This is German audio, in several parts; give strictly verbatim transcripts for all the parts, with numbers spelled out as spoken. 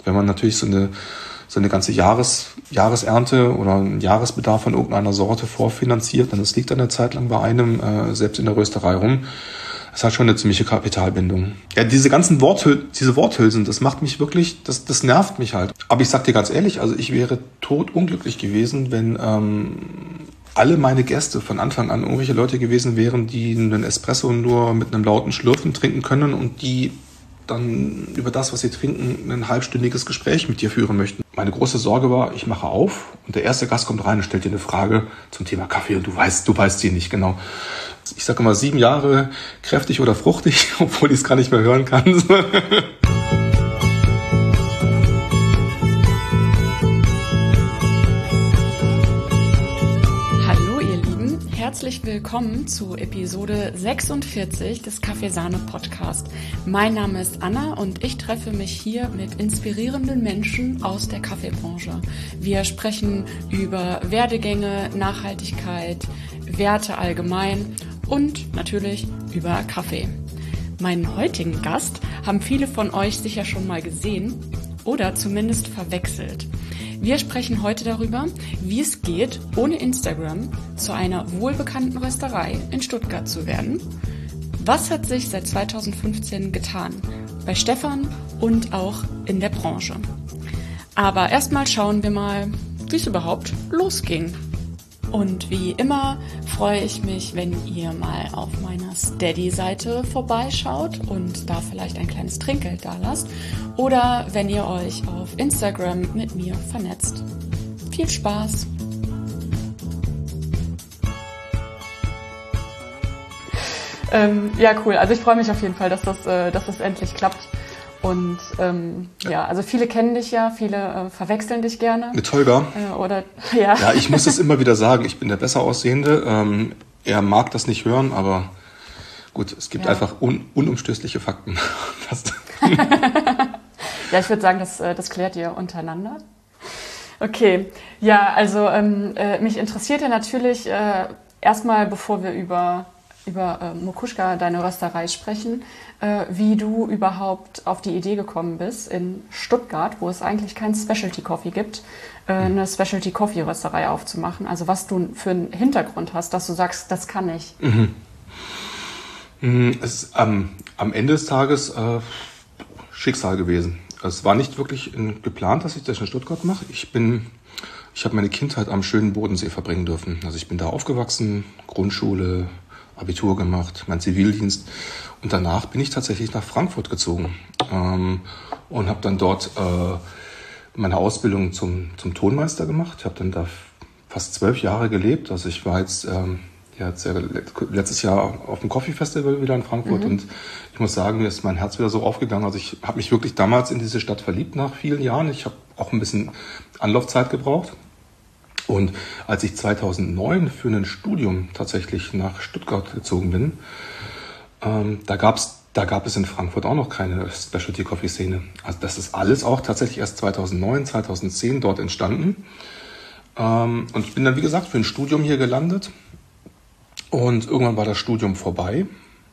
Wenn man natürlich so eine, so eine ganze Jahres, Jahresernte oder einen Jahresbedarf von irgendeiner Sorte vorfinanziert, dann das liegt dann eine Zeit lang bei einem, äh, selbst in der Rösterei rum. Das hat schon eine ziemliche Kapitalbindung. Ja, diese ganzen Worthül- diese Worthülsen, das macht mich wirklich, das, das nervt mich halt. Aber ich sag dir ganz ehrlich, also ich wäre totunglücklich gewesen, wenn ähm, alle meine Gäste von Anfang an irgendwelche Leute gewesen wären, die einen Espresso nur mit einem lauten Schlürfen trinken können und die dann über das, was sie trinken, ein halbstündiges Gespräch mit dir führen möchten. Meine große Sorge war, ich mache auf und der erste Gast kommt rein und stellt dir eine Frage zum Thema Kaffee und du weißt, du weißt sie nicht genau. Ich sage immer sieben Jahre kräftig oder fruchtig, obwohl ich es gar nicht mehr hören kann. Hallo ihr Lieben, herzlich willkommen zu Episode sechsundvierzig des Kaffeesahne-Podcast. Mein Name ist Anna und ich treffe mich hier mit inspirierenden Menschen aus der Kaffeebranche. Wir sprechen über Werdegänge, Nachhaltigkeit, Werte allgemein und natürlich über Kaffee. Meinen heutigen Gast haben viele von euch sicher schon mal gesehen oder zumindest verwechselt. Wir sprechen heute darüber, wie es geht, ohne Instagram zu einer wohlbekannten Rösterei in Stuttgart zu werden. Was hat sich seit zweitausendfünfzehn getan bei Stefan und auch in der Branche? Aber erstmal schauen wir mal, wie es überhaupt losging. Und wie immer freue ich mich, wenn ihr mal auf meiner Steady-Seite vorbeischaut und da vielleicht ein kleines Trinkgeld dalasst oder wenn ihr euch auf Instagram mit mir vernetzt. Viel Spaß! Ähm, ja, cool. Also ich freue mich auf jeden Fall, dass das, äh, dass das endlich klappt. Und ähm, ja, also viele kennen dich ja, viele äh, verwechseln dich gerne. Mit Holger? Äh, oder, ja. Ja, ich muss es immer wieder sagen, ich bin der besser Aussehende. Ähm, er mag das nicht hören, aber gut, es gibt ja einfach un- unumstößliche Fakten. Ja, ich würde sagen, das, das klärt ihr untereinander. Okay, ja, also ähm, äh, mich interessiert ja natürlich äh, erstmal, bevor wir über... über äh, Mokuschka, deine Rösterei, sprechen, äh, wie du überhaupt auf die Idee gekommen bist, in Stuttgart, wo es eigentlich kein Specialty Coffee gibt, äh, eine Specialty Coffee Rösterei aufzumachen. Also was du für einen Hintergrund hast, dass du sagst, das kann ich. Mhm. Es ist ähm, am Ende des Tages äh, Schicksal gewesen. Es war nicht wirklich in, geplant, dass ich das in Stuttgart mache. Ich bin, ich habe meine Kindheit am schönen Bodensee verbringen dürfen. Also ich bin da aufgewachsen, Grundschule, Abitur gemacht, mein Zivildienst und danach bin ich tatsächlich nach Frankfurt gezogen ähm, und habe dann dort äh, meine Ausbildung zum, zum Tonmeister gemacht. Ich habe dann da fast zwölf Jahre gelebt. Also ich war jetzt, ähm, ja, jetzt ja, letztes Jahr auf dem Coffee Festival wieder in Frankfurt mhm. und ich muss sagen, mir ist mein Herz wieder so aufgegangen. Also ich habe mich wirklich damals in diese Stadt verliebt nach vielen Jahren. Ich habe auch ein bisschen Anlaufzeit gebraucht. Und als ich zweitausendneun für ein Studium tatsächlich nach Stuttgart gezogen bin, ähm, da gab's, da gab es in Frankfurt auch noch keine Specialty Coffee Szene. Also das ist alles auch tatsächlich erst zweitausendneun, zweitausendzehn dort entstanden. Ähm, und ich bin dann, wie gesagt, für ein Studium hier gelandet. Und irgendwann war das Studium vorbei.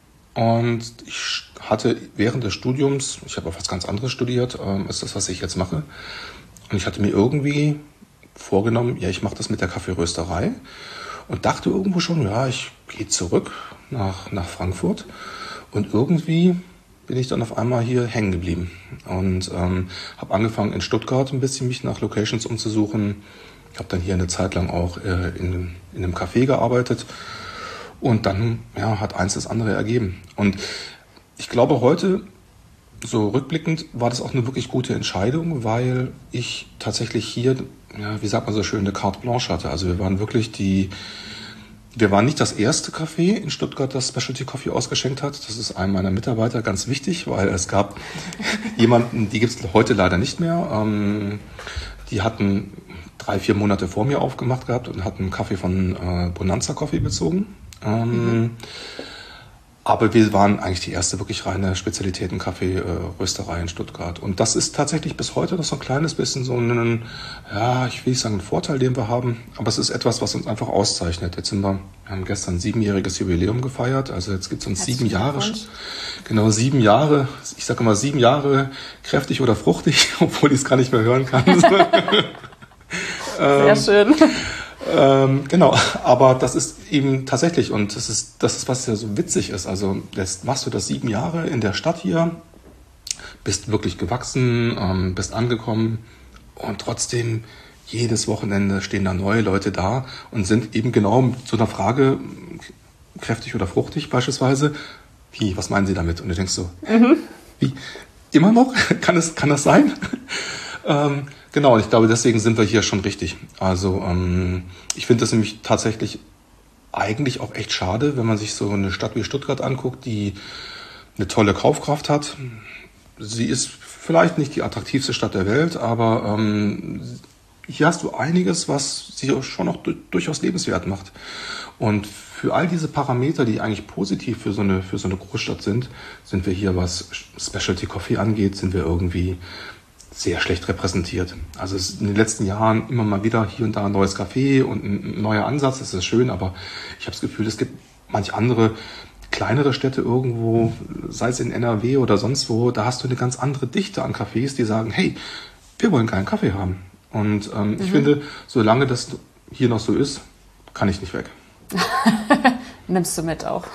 Und ich hatte während des Studiums, ich habe auch was ganz anderes studiert, ähm, ist das, was ich jetzt mache. Und ich hatte mir irgendwie vorgenommen, ja, ich mache das mit der Kaffeerösterei und dachte irgendwo schon, ja, ich gehe zurück nach, nach Frankfurt und irgendwie bin ich dann auf einmal hier hängen geblieben und ähm, habe angefangen in Stuttgart ein bisschen mich nach Locations umzusuchen, habe dann hier eine Zeit lang auch äh, in, in einem Café gearbeitet und dann ja, hat eins das andere ergeben und ich glaube heute, so rückblickend war das auch eine wirklich gute Entscheidung, weil ich tatsächlich hier, ja, wie sagt man so schön, eine Carte Blanche hatte. Also wir waren wirklich die, wir waren nicht das erste Café in Stuttgart, das Specialty Coffee ausgeschenkt hat. Das ist einem meiner Mitarbeiter ganz wichtig, weil es gab jemanden, die gibt es heute leider nicht mehr. Ähm, die hatten drei, vier Monate vor mir aufgemacht gehabt und hatten einen Kaffee von äh, Bonanza Coffee bezogen. Ähm, mhm. Aber wir waren eigentlich die erste wirklich reine Spezialitäten-Kaffee-Rösterei in Stuttgart. Und das ist tatsächlich bis heute noch so ein kleines bisschen so ein, ja, ich will nicht sagen, ein Vorteil, den wir haben. Aber es ist etwas, was uns einfach auszeichnet. Jetzt sind wir, wir haben gestern ein siebenjähriges Jubiläum gefeiert. Also jetzt gibt es uns sieben Jahre, genau sieben Jahre, ich sage immer sieben Jahre kräftig oder fruchtig, obwohl ich es gar nicht mehr hören kann. Sehr schön. Ähm, genau, aber das ist eben tatsächlich, und das ist, das ist, was ja so witzig ist. Also jetzt machst du das sieben Jahre in der Stadt hier, bist wirklich gewachsen, ähm, bist angekommen und trotzdem jedes Wochenende stehen da neue Leute da und sind eben genau mit so einer Frage, kräftig oder fruchtig beispielsweise, wie, was meinen Sie damit? Und du denkst so, mhm. wie, immer noch? Kann es, kann das sein? ähm, Genau, und ich glaube, deswegen sind wir hier schon richtig. Also ähm, ich finde das nämlich tatsächlich eigentlich auch echt schade, wenn man sich so eine Stadt wie Stuttgart anguckt, die eine tolle Kaufkraft hat. Sie ist vielleicht nicht die attraktivste Stadt der Welt, aber ähm, hier hast du einiges, was sie schon auch du- durchaus lebenswert macht. Und für all diese Parameter, die eigentlich positiv für so eine, für so eine Großstadt sind, sind wir hier, was Specialty Coffee angeht, sind wir irgendwie sehr schlecht repräsentiert. Also es ist in den letzten Jahren immer mal wieder hier und da ein neues Café und ein neuer Ansatz, das ist schön, aber ich habe das Gefühl, es gibt manch andere kleinere Städte irgendwo, sei es in N R W oder sonst wo, da hast du eine ganz andere Dichte an Cafés, die sagen, hey, wir wollen keinen Kaffee haben. Und ähm, mhm. ich finde, solange das hier noch so ist, kann ich nicht weg. Nimmst du mit auch.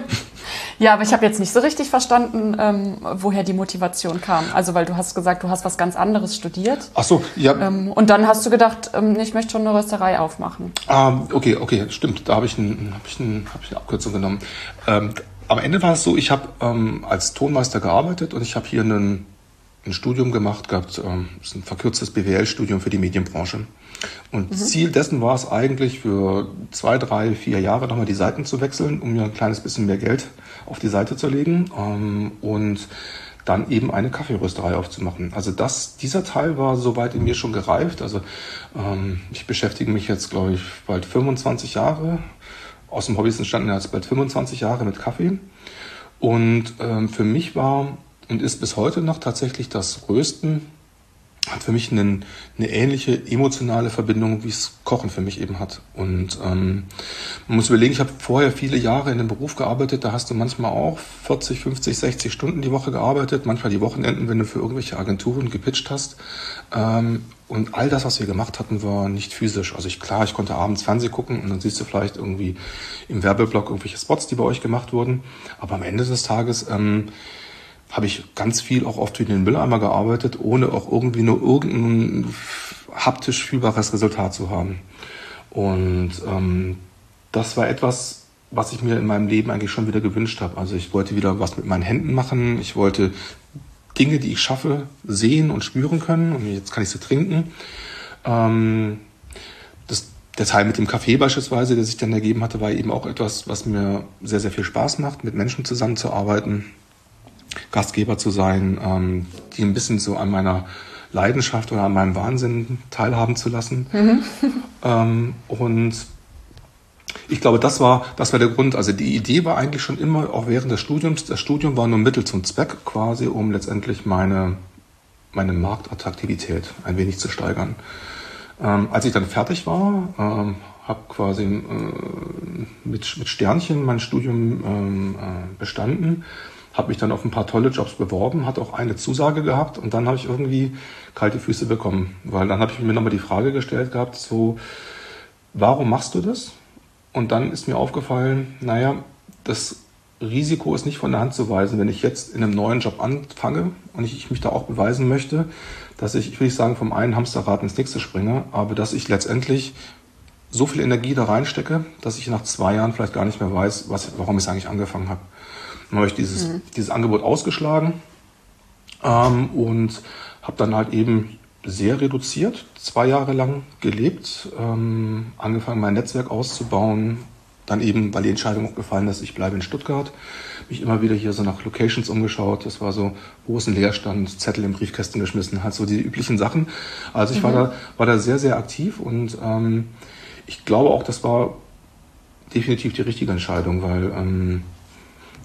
Ja, aber ich habe jetzt nicht so richtig verstanden, ähm, woher die Motivation kam. Also, weil du hast gesagt, du hast was ganz anderes studiert. Ach so, ja. Ähm, und dann hast du gedacht, ähm, ich möchte schon eine Rösterei aufmachen. Ähm, okay, okay, stimmt. Da habe ich, ein, hab ich, ein, hab ich eine Abkürzung genommen. Ähm, am Ende war es so, ich habe ähm, als Tonmeister gearbeitet und ich habe hier einen, ein Studium gemacht gehabt. Ähm, das ist ein verkürztes B W L-Studium für die Medienbranche. Und mhm. Ziel dessen war es eigentlich, für zwei, drei, vier Jahre nochmal die Seiten zu wechseln, um mir ein kleines bisschen mehr Geld auf die Seite zu legen ähm, und dann eben eine Kaffeerösterei aufzumachen. Also das, dieser Teil war soweit in mir schon gereift. Also ähm, ich beschäftige mich jetzt, glaube ich, bald fünfundzwanzig Jahre. Aus dem Hobby ist entstanden jetzt bald fünfundzwanzig Jahre mit Kaffee. Und ähm, für mich war und ist bis heute noch tatsächlich das Rösten hat für mich einen, eine ähnliche emotionale Verbindung, wie es Kochen für mich eben hat. Und ähm, man muss überlegen, ich habe vorher viele Jahre in einem Beruf gearbeitet, da hast du manchmal auch vierzig, fünfzig, sechzig Stunden die Woche gearbeitet, manchmal die Wochenenden, wenn du für irgendwelche Agenturen gepitcht hast. Ähm, und all das, was wir gemacht hatten, war nicht physisch. Also ich klar, ich konnte abends Fernsehen gucken und dann siehst du vielleicht irgendwie im Werbeblock irgendwelche Spots, die bei euch gemacht wurden. Aber am Ende des Tages ähm, habe ich ganz viel auch oft wie den Mülleimer gearbeitet, ohne auch irgendwie nur irgendein haptisch fühlbares Resultat zu haben. Und ähm, das war etwas, was ich mir in meinem Leben eigentlich schon wieder gewünscht habe. Also ich wollte wieder was mit meinen Händen machen. Ich wollte Dinge, die ich schaffe, sehen und spüren können. Und jetzt kann ich sie trinken. Ähm, das, der Teil mit dem Kaffee beispielsweise, der sich dann ergeben hatte, war eben auch etwas, was mir sehr, sehr viel Spaß macht, mit Menschen zusammenzuarbeiten. Gastgeber zu sein, ähm, die ein bisschen so an meiner Leidenschaft oder an meinem Wahnsinn teilhaben zu lassen. Mhm. Ähm, und ich glaube, das war, das war der Grund. Also die Idee war eigentlich schon immer, auch während des Studiums, das Studium war nur Mittel zum Zweck quasi, um letztendlich meine, meine Marktattraktivität ein wenig zu steigern. Ähm, als ich dann fertig war, ähm, habe quasi äh, mit, mit Sternchen mein Studium ähm, äh, bestanden, habe mich dann auf ein paar tolle Jobs beworben, hatte auch eine Zusage gehabt und dann habe ich irgendwie kalte Füße bekommen, weil dann habe ich mir nochmal die Frage gestellt gehabt, so, warum machst du das? Und dann ist mir aufgefallen, naja, das Risiko ist nicht von der Hand zu weisen, wenn ich jetzt in einem neuen Job anfange und ich, ich mich da auch beweisen möchte, dass ich, ich will nicht sagen, vom einen Hamsterrad ins nächste springe, aber dass ich letztendlich so viel Energie da reinstecke, dass ich nach zwei Jahren vielleicht gar nicht mehr weiß, was, warum ich es eigentlich angefangen habe. Dann habe ich dieses, mhm. dieses Angebot ausgeschlagen ähm, und habe dann halt eben sehr reduziert, zwei Jahre lang gelebt, ähm, angefangen mein Netzwerk auszubauen, dann eben, weil die Entscheidung auch gefallen ist, ich bleibe in Stuttgart, mich immer wieder hier so nach Locations umgeschaut, das war so, wo ist ein Leerstand, Zettel im Briefkästen geschmissen, halt so die üblichen Sachen. Also ich mhm. war da war da sehr, sehr aktiv und ähm, ich glaube auch, das war definitiv die richtige Entscheidung, weil ähm,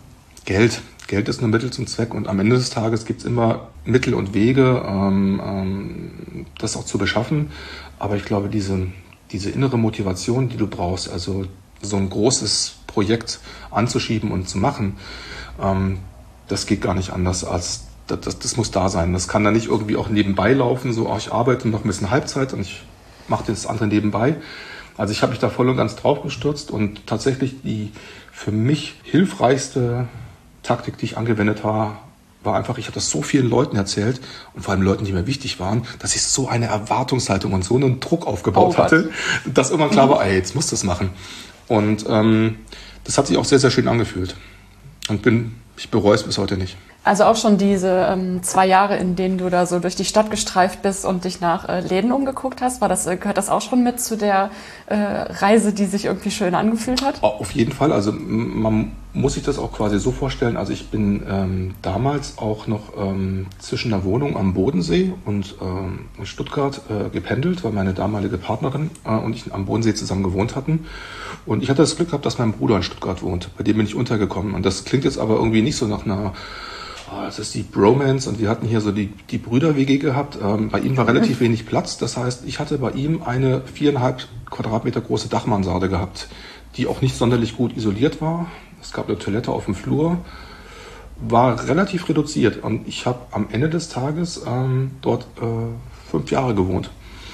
Geld. Geld ist nur Mittel zum Zweck und am Ende des Tages gibt es immer Mittel und Wege, ähm, ähm, das auch zu beschaffen. Aber ich glaube, diese, diese innere Motivation, die du brauchst, also so ein großes Projekt anzuschieben und zu machen, ähm, das geht gar nicht anders als, das, das, das muss da sein. Das kann dann nicht irgendwie auch nebenbei laufen, so, oh, ich arbeite noch ein bisschen Halbzeit und ich mache das andere nebenbei. Also ich habe mich da voll und ganz drauf gestürzt und tatsächlich die für mich hilfreichste Taktik, die ich angewendet habe, war einfach, ich habe das so vielen Leuten erzählt und vor allem Leuten, die mir wichtig waren, dass ich so eine Erwartungshaltung und so einen Druck aufgebaut oh, hatte, dass irgendwann klar war, ey, jetzt musst du es machen. Und ähm, das hat sich auch sehr, sehr schön angefühlt. Und bin, ich bereue es bis heute nicht. Also auch schon diese ähm, zwei Jahre, in denen du da so durch die Stadt gestreift bist und dich nach äh, Läden umgeguckt hast, war das, äh, gehört das auch schon mit zu der äh, Reise, die sich irgendwie schön angefühlt hat? Auf jeden Fall. Also man muss sich das auch quasi so vorstellen. Also ich bin ähm, damals auch noch ähm, zwischen der Wohnung am Bodensee und ähm, Stuttgart äh, gependelt, weil meine damalige Partnerin äh, und ich am Bodensee zusammen gewohnt hatten. Und ich hatte das Glück gehabt, dass mein Bruder in Stuttgart wohnt. Bei dem bin ich untergekommen. Und das klingt jetzt aber irgendwie nicht so nach einer... Das ist die Bromance und wir hatten hier so die, die Brüder-W G gehabt. Ähm, bei ihm war relativ wenig Platz. Das heißt, ich hatte bei ihm eine viereinhalb Quadratmeter große Dachmansarde gehabt, die auch nicht sonderlich gut isoliert war. Es gab eine Toilette auf dem Flur, war relativ reduziert. Und ich habe am Ende des Tages ähm, dort äh, fünf Jahre gewohnt.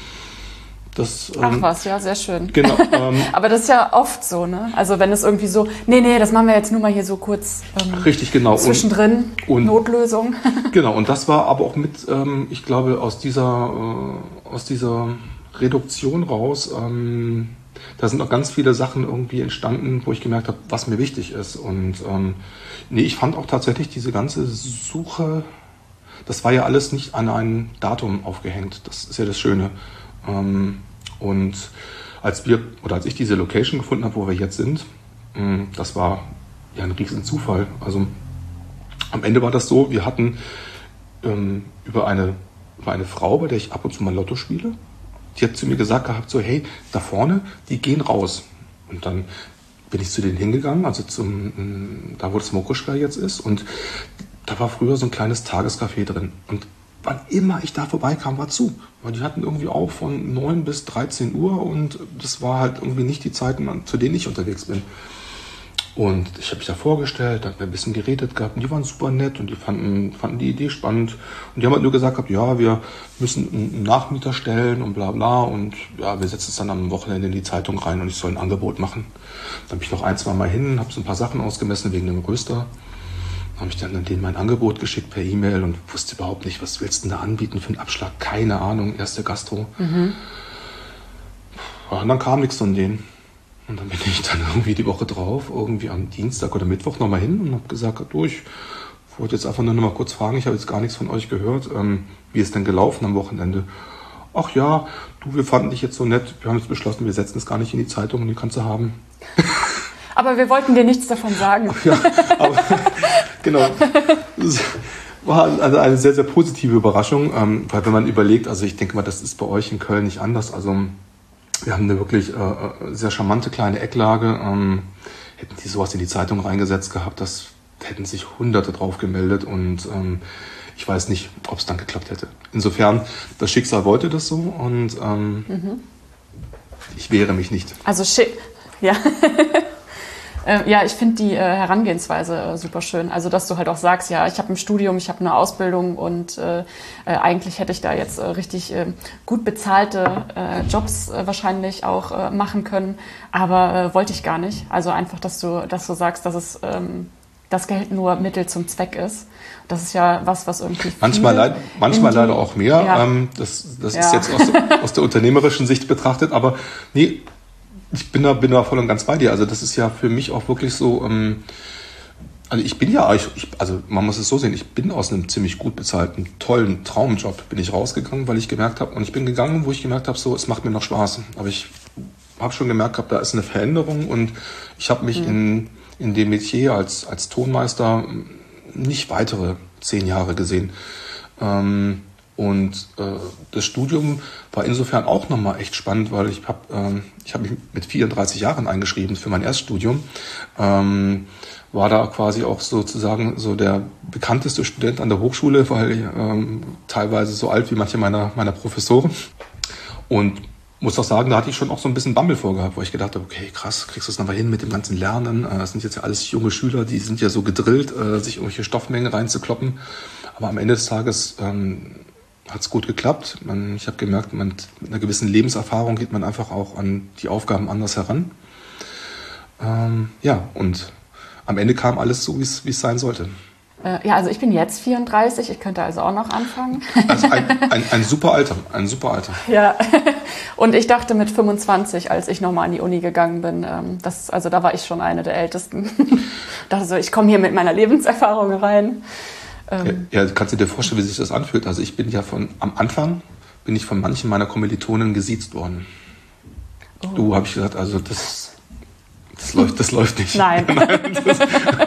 Das, ähm, Ach was, ja, sehr schön. Genau. Ähm, aber das ist ja oft so, ne? Also wenn es irgendwie so, nee, nee, das machen wir jetzt nur mal hier so kurz ähm, richtig, genau. zwischendrin, und, und, Notlösung. Genau, und das war aber auch mit, ähm, ich glaube, aus dieser, äh, aus dieser Reduktion raus, ähm, da sind noch ganz viele Sachen irgendwie entstanden, wo ich gemerkt habe, was mir wichtig ist. Und ähm, nee, ich fand auch tatsächlich diese ganze Suche, das war ja alles nicht an ein Datum aufgehängt. Das ist ja das Schöne. Ähm, und als wir oder als ich diese Location gefunden habe, wo wir jetzt sind, mh, das war ja ein riesen Zufall. Also am Ende war das so, wir hatten ähm, über eine über eine Frau, bei der ich ab und zu mal Lotto spiele, die hat zu mir gesagt gehabt, so hey, da vorne, die gehen raus. Und dann bin ich zu denen hingegangen, also zum da wo das Mokuschka jetzt ist, und da war früher so ein kleines Tagescafé drin. Und wann immer ich da vorbeikam, war zu. Weil die hatten irgendwie auf von neun bis dreizehn Uhr und das war halt irgendwie nicht die Zeiten, zu denen ich unterwegs bin. Und ich habe mich da vorgestellt, da haben wir ein bisschen geredet gehabt und die waren super nett und die fanden, fanden die Idee spannend. Und die haben halt nur gesagt gehabt, ja, wir müssen einen Nachmieter stellen und bla bla und ja, wir setzen es dann am Wochenende in die Zeitung rein und ich soll ein Angebot machen. Dann bin ich noch ein, zwei Mal hin, habe so ein paar Sachen ausgemessen wegen dem Röster. Habe ich dann denen mein Angebot geschickt per E-Mail und wusste überhaupt nicht, was willst du denn da anbieten für einen Abschlag? Keine Ahnung, erste Gastro. Mhm. Ja, und dann kam nichts von denen. Und dann bin ich dann irgendwie die Woche drauf, irgendwie am Dienstag oder Mittwoch nochmal hin und habe gesagt, du, ich wollte jetzt einfach nur noch mal kurz fragen, ich habe jetzt gar nichts von euch gehört. Ähm, wie ist denn gelaufen am Wochenende? Ach ja, du, wir fanden dich jetzt so nett, wir haben jetzt beschlossen, wir setzen es gar nicht in die Zeitung und die kannst du haben. Aber wir wollten dir nichts davon sagen. Ach ja, aber genau. Das war also eine sehr, sehr positive Überraschung, ähm, weil wenn man überlegt, also ich denke mal, das ist bei euch in Köln nicht anders. Also wir haben eine wirklich äh, sehr charmante kleine Ecklage. Ähm, hätten die sowas in die Zeitung reingesetzt gehabt, das hätten sich Hunderte drauf gemeldet und ähm, ich weiß nicht, ob es dann geklappt hätte. Insofern, das Schicksal wollte das so und ähm, mhm. ich wehre mich nicht. Also schick, ja. Ja, ich finde die äh, Herangehensweise äh, super schön. Also, dass du halt auch sagst, ja, ich habe ein Studium, ich habe eine Ausbildung und äh, äh, eigentlich hätte ich da jetzt äh, richtig äh, gut bezahlte äh, Jobs äh, wahrscheinlich auch äh, machen können, aber äh, wollte ich gar nicht. Also einfach, dass du, dass du sagst, dass es ähm, das Geld nur Mittel zum Zweck ist. Das ist ja was, was irgendwie manchmal, leid, manchmal die, leider auch mehr. Ja. Ähm, das das ja. ist jetzt aus, aus der unternehmerischen Sicht betrachtet, aber nee. Ich bin da, bin da voll und ganz bei dir. Also das ist ja für mich auch wirklich so, ähm, also ich bin ja, ich, also man muss es so sehen, ich bin aus einem ziemlich gut bezahlten, tollen Traumjob bin ich rausgegangen, weil ich gemerkt habe, und ich bin gegangen, wo ich gemerkt habe, so, es macht mir noch Spaß. Aber ich habe schon gemerkt, da ist eine Veränderung und ich habe mich mhm. in, in dem Metier als, als Tonmeister nicht weitere zehn Jahre gesehen. Ähm, Und äh, das Studium war insofern auch nochmal echt spannend, weil ich habe ähm, ich hab mich mit vierunddreißig Jahren eingeschrieben für mein Erststudium. Ähm, war da quasi auch sozusagen so der bekannteste Student an der Hochschule, weil ähm, teilweise so alt wie manche meiner, meiner Professoren. Und muss auch sagen, da hatte ich schon auch so ein bisschen Bammel vorgehabt, wo ich gedacht habe, okay, krass, kriegst du es nochmal hin mit dem ganzen Lernen? Das sind jetzt ja alles junge Schüler, die sind ja so gedrillt, sich irgendwelche Stoffmengen reinzukloppen. Aber am Ende des Tages ähm, hat es gut geklappt. Man, ich habe gemerkt, man, mit einer gewissen Lebenserfahrung geht man einfach auch an die Aufgaben anders heran. Ähm, ja, und am Ende kam alles so, wie es sein sollte. Ja, also ich bin jetzt vierunddreißig, ich könnte also auch noch anfangen. Also ein, ein, ein super Alter, ein super Alter. Ja, und ich dachte mit fünfundzwanzig, als ich nochmal an die Uni gegangen bin, das, also da war ich schon eine der Ältesten. dachte so, ich komme hier mit meiner Lebenserfahrung rein. Ja, ja, kannst du dir vorstellen, wie sich das anfühlt? Also ich bin ja von, am Anfang bin ich von manchen meiner Kommilitonen gesiezt worden. Oh. Du, habe ich gesagt, also das, das, läuft, das läuft nicht. Nein. Nein das,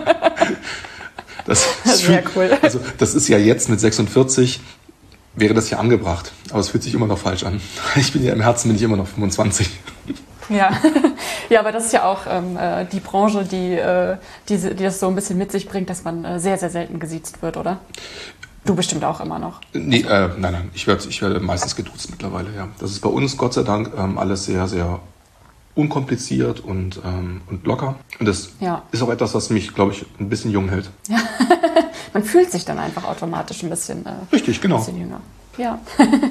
Das ist sehr cool. Also das ist ja jetzt mit sechsundvierzig, wäre das ja angebracht. Aber es fühlt sich immer noch falsch an. Ich bin ja im Herzen bin ich immer noch fünfundzwanzig. Ja, ja, aber das ist ja auch ähm, die Branche, die, äh, die, die das so ein bisschen mit sich bringt, dass man äh, sehr, sehr selten gesiezt wird, oder? Du bestimmt auch immer noch. Nee, äh, nein, nein, ich werde ich werde meistens geduzt mittlerweile, ja. Das ist bei uns Gott sei Dank ähm, alles sehr, sehr unkompliziert und, ähm, und locker. Und das ja. ist auch etwas, was mich, glaube ich, ein bisschen jung hält. Ja. Man fühlt sich dann einfach automatisch ein bisschen, äh, Richtig, genau. ein bisschen jünger. Ja.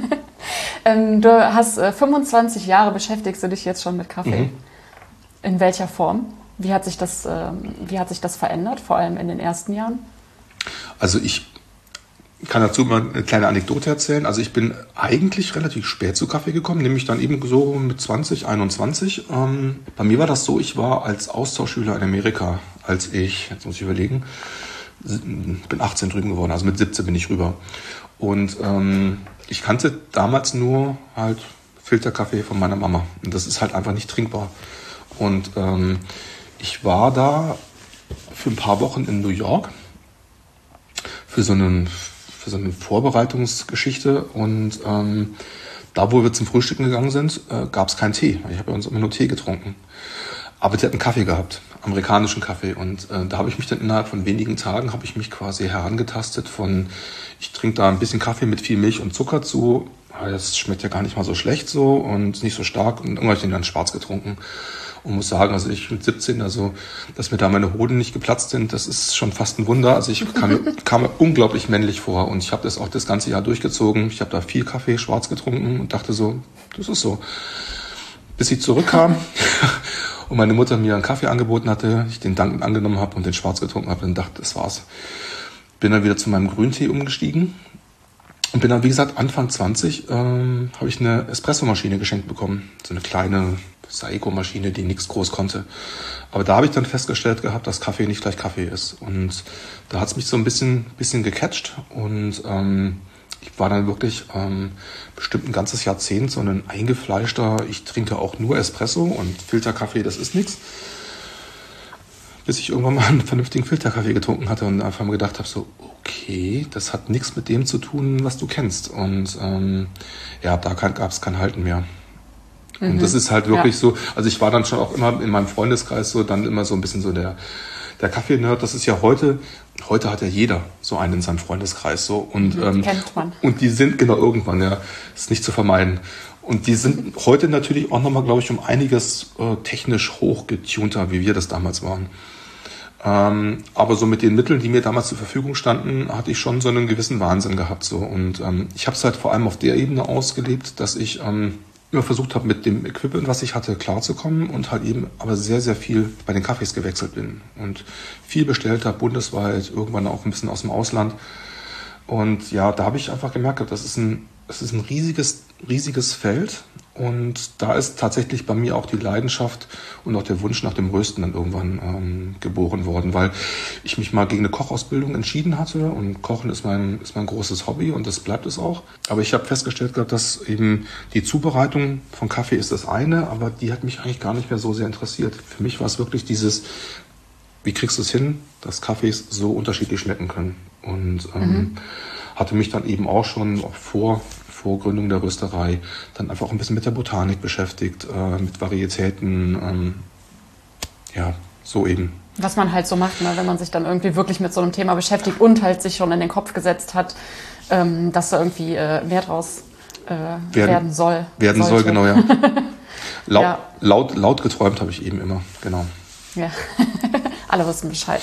ähm, du hast äh, fünfundzwanzig Jahre, beschäftigst du dich jetzt schon mit Kaffee. Mhm. In welcher Form? Wie hat sich das, äh, wie hat sich das verändert, vor allem in den ersten Jahren? Also ich Ich kann dazu mal eine kleine Anekdote erzählen. Also ich bin eigentlich relativ spät zu Kaffee gekommen, nämlich dann eben so mit zwanzig, einundzwanzig. Ähm, bei mir war das so, ich war als Austauschschüler in Amerika, als ich, jetzt muss ich überlegen, bin achtzehn drüben geworden, also mit siebzehn bin ich rüber. Und ähm, ich kannte damals nur halt Filterkaffee von meiner Mama. Und das ist halt einfach nicht trinkbar. Und ähm, ich war da für ein paar Wochen in New York für so einen für so eine Vorbereitungsgeschichte und ähm, da, wo wir zum Frühstücken gegangen sind, äh, gab es keinen Tee. Ich habe bei uns immer nur Tee getrunken. Aber die hatten Kaffee gehabt, amerikanischen Kaffee. Und äh, da habe ich mich dann innerhalb von wenigen Tagen, habe ich mich quasi herangetastet von, ich trinke da ein bisschen Kaffee mit viel Milch und Zucker zu. Das schmeckt ja gar nicht mal so schlecht so und nicht so stark. Und irgendwann habe ich den dann schwarz getrunken. Und muss sagen, also ich mit siebzehn, also dass mir da meine Hoden nicht geplatzt sind, das ist schon fast ein Wunder. Also ich kam mir, kam mir unglaublich männlich vor und ich habe das auch das ganze Jahr durchgezogen. Ich habe da viel Kaffee schwarz getrunken und dachte so, das ist so. Bis ich zurückkam und meine Mutter mir einen Kaffee angeboten hatte, ich den dankend angenommen habe und den schwarz getrunken habe und dachte, das war's. Bin dann wieder zu meinem Grüntee umgestiegen und bin dann, wie gesagt, Anfang zwanzig ähm, habe ich eine Espressomaschine geschenkt bekommen. So eine kleine Saeco-Maschine, die nichts groß konnte. Aber da habe ich dann festgestellt gehabt, dass Kaffee nicht gleich Kaffee ist. Und da hat es mich so ein bisschen, bisschen gecatcht. Und ähm, ich war dann wirklich ähm, bestimmt ein ganzes Jahrzehnt so ein eingefleischter, ich trinke auch nur Espresso und Filterkaffee, das ist nichts. Bis ich irgendwann mal einen vernünftigen Filterkaffee getrunken hatte und einfach mal gedacht habe, so, okay, das hat nichts mit dem zu tun, was du kennst. Und ähm, ja, da gab es kein Halten mehr. Und das ist halt wirklich ja. so, also ich war dann schon auch immer in meinem Freundeskreis so, dann immer so ein bisschen so der, der Kaffee-Nerd. Das ist ja heute, heute hat ja jeder so einen in seinem Freundeskreis so. Und, mhm, ähm, kennt man. Und die sind, genau, irgendwann, ja, ist nicht zu vermeiden. Und die sind heute natürlich auch nochmal, glaube ich, um einiges äh, technisch hochgetunter, wie wir das damals waren. Ähm, aber so mit den Mitteln, die mir damals zur Verfügung standen, hatte ich schon so einen gewissen Wahnsinn gehabt. So. Und ähm, ich habe es halt vor allem auf der Ebene ausgelebt, dass ich ähm, immer versucht habe, mit dem Equipment, was ich hatte, klarzukommen und halt eben aber sehr, sehr viel bei den Kaffees gewechselt bin. Und viel bestellt habe, bundesweit, irgendwann auch ein bisschen aus dem Ausland. Und ja, da habe ich einfach gemerkt, das ist ein, das ist ein riesiges, riesiges Feld. Und da ist tatsächlich bei mir auch die Leidenschaft und auch der Wunsch nach dem Rösten dann irgendwann ähm, geboren worden, weil ich mich mal gegen eine Kochausbildung entschieden hatte und Kochen ist mein, ist mein großes Hobby und das bleibt es auch. Aber ich habe festgestellt gehabt, dass eben die Zubereitung von Kaffee ist das eine, aber die hat mich eigentlich gar nicht mehr so sehr interessiert. Für mich war es wirklich dieses, wie kriegst du es hin, dass Kaffees so unterschiedlich schmecken können? Und ähm, mhm. hatte mich dann eben auch schon vor, vor Gründung der Rösterei dann einfach auch ein bisschen mit der Botanik beschäftigt, äh, mit Varietäten, ähm, ja, so eben. Was man halt so macht, ne, wenn man sich dann irgendwie wirklich mit so einem Thema beschäftigt und halt sich schon in den Kopf gesetzt hat, ähm, dass da irgendwie äh, mehr draus äh, werden, werden soll. Werden sollte. soll, genau, ja. Laut, ja. laut, laut geträumt habe ich eben immer, genau. Ja, alle wussten Bescheid.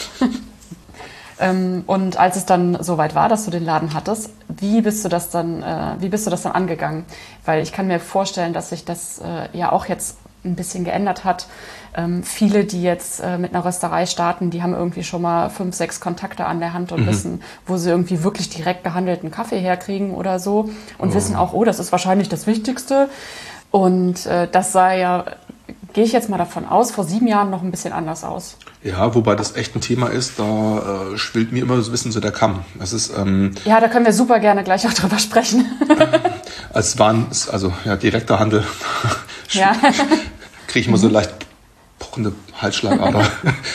ähm, und als es dann soweit war, dass du den Laden hattest, wie bist du das dann, äh, wie bist du das dann angegangen? Weil ich kann mir vorstellen, dass sich das äh, ja auch jetzt ein bisschen geändert hat. Ähm, viele, die jetzt äh, mit einer Rösterei starten, die haben irgendwie schon mal fünf, sechs Kontakte an der Hand und mhm. wissen, wo sie irgendwie wirklich direkt gehandelten Kaffee herkriegen oder so und oh. wissen auch, oh, das ist wahrscheinlich das Wichtigste. Und äh, das sah ja, gehe ich jetzt mal davon aus, vor sieben Jahren noch ein bisschen anders aus. Ja, wobei das echt ein Thema ist, da äh, schwillt mir immer so ein bisschen so der Kamm. Das ist, ähm, ja, da können wir super gerne gleich auch drüber sprechen. äh, als waren, also ja, direkter Handel, ja. kriege ich immer so leicht pochende Halsschlagader.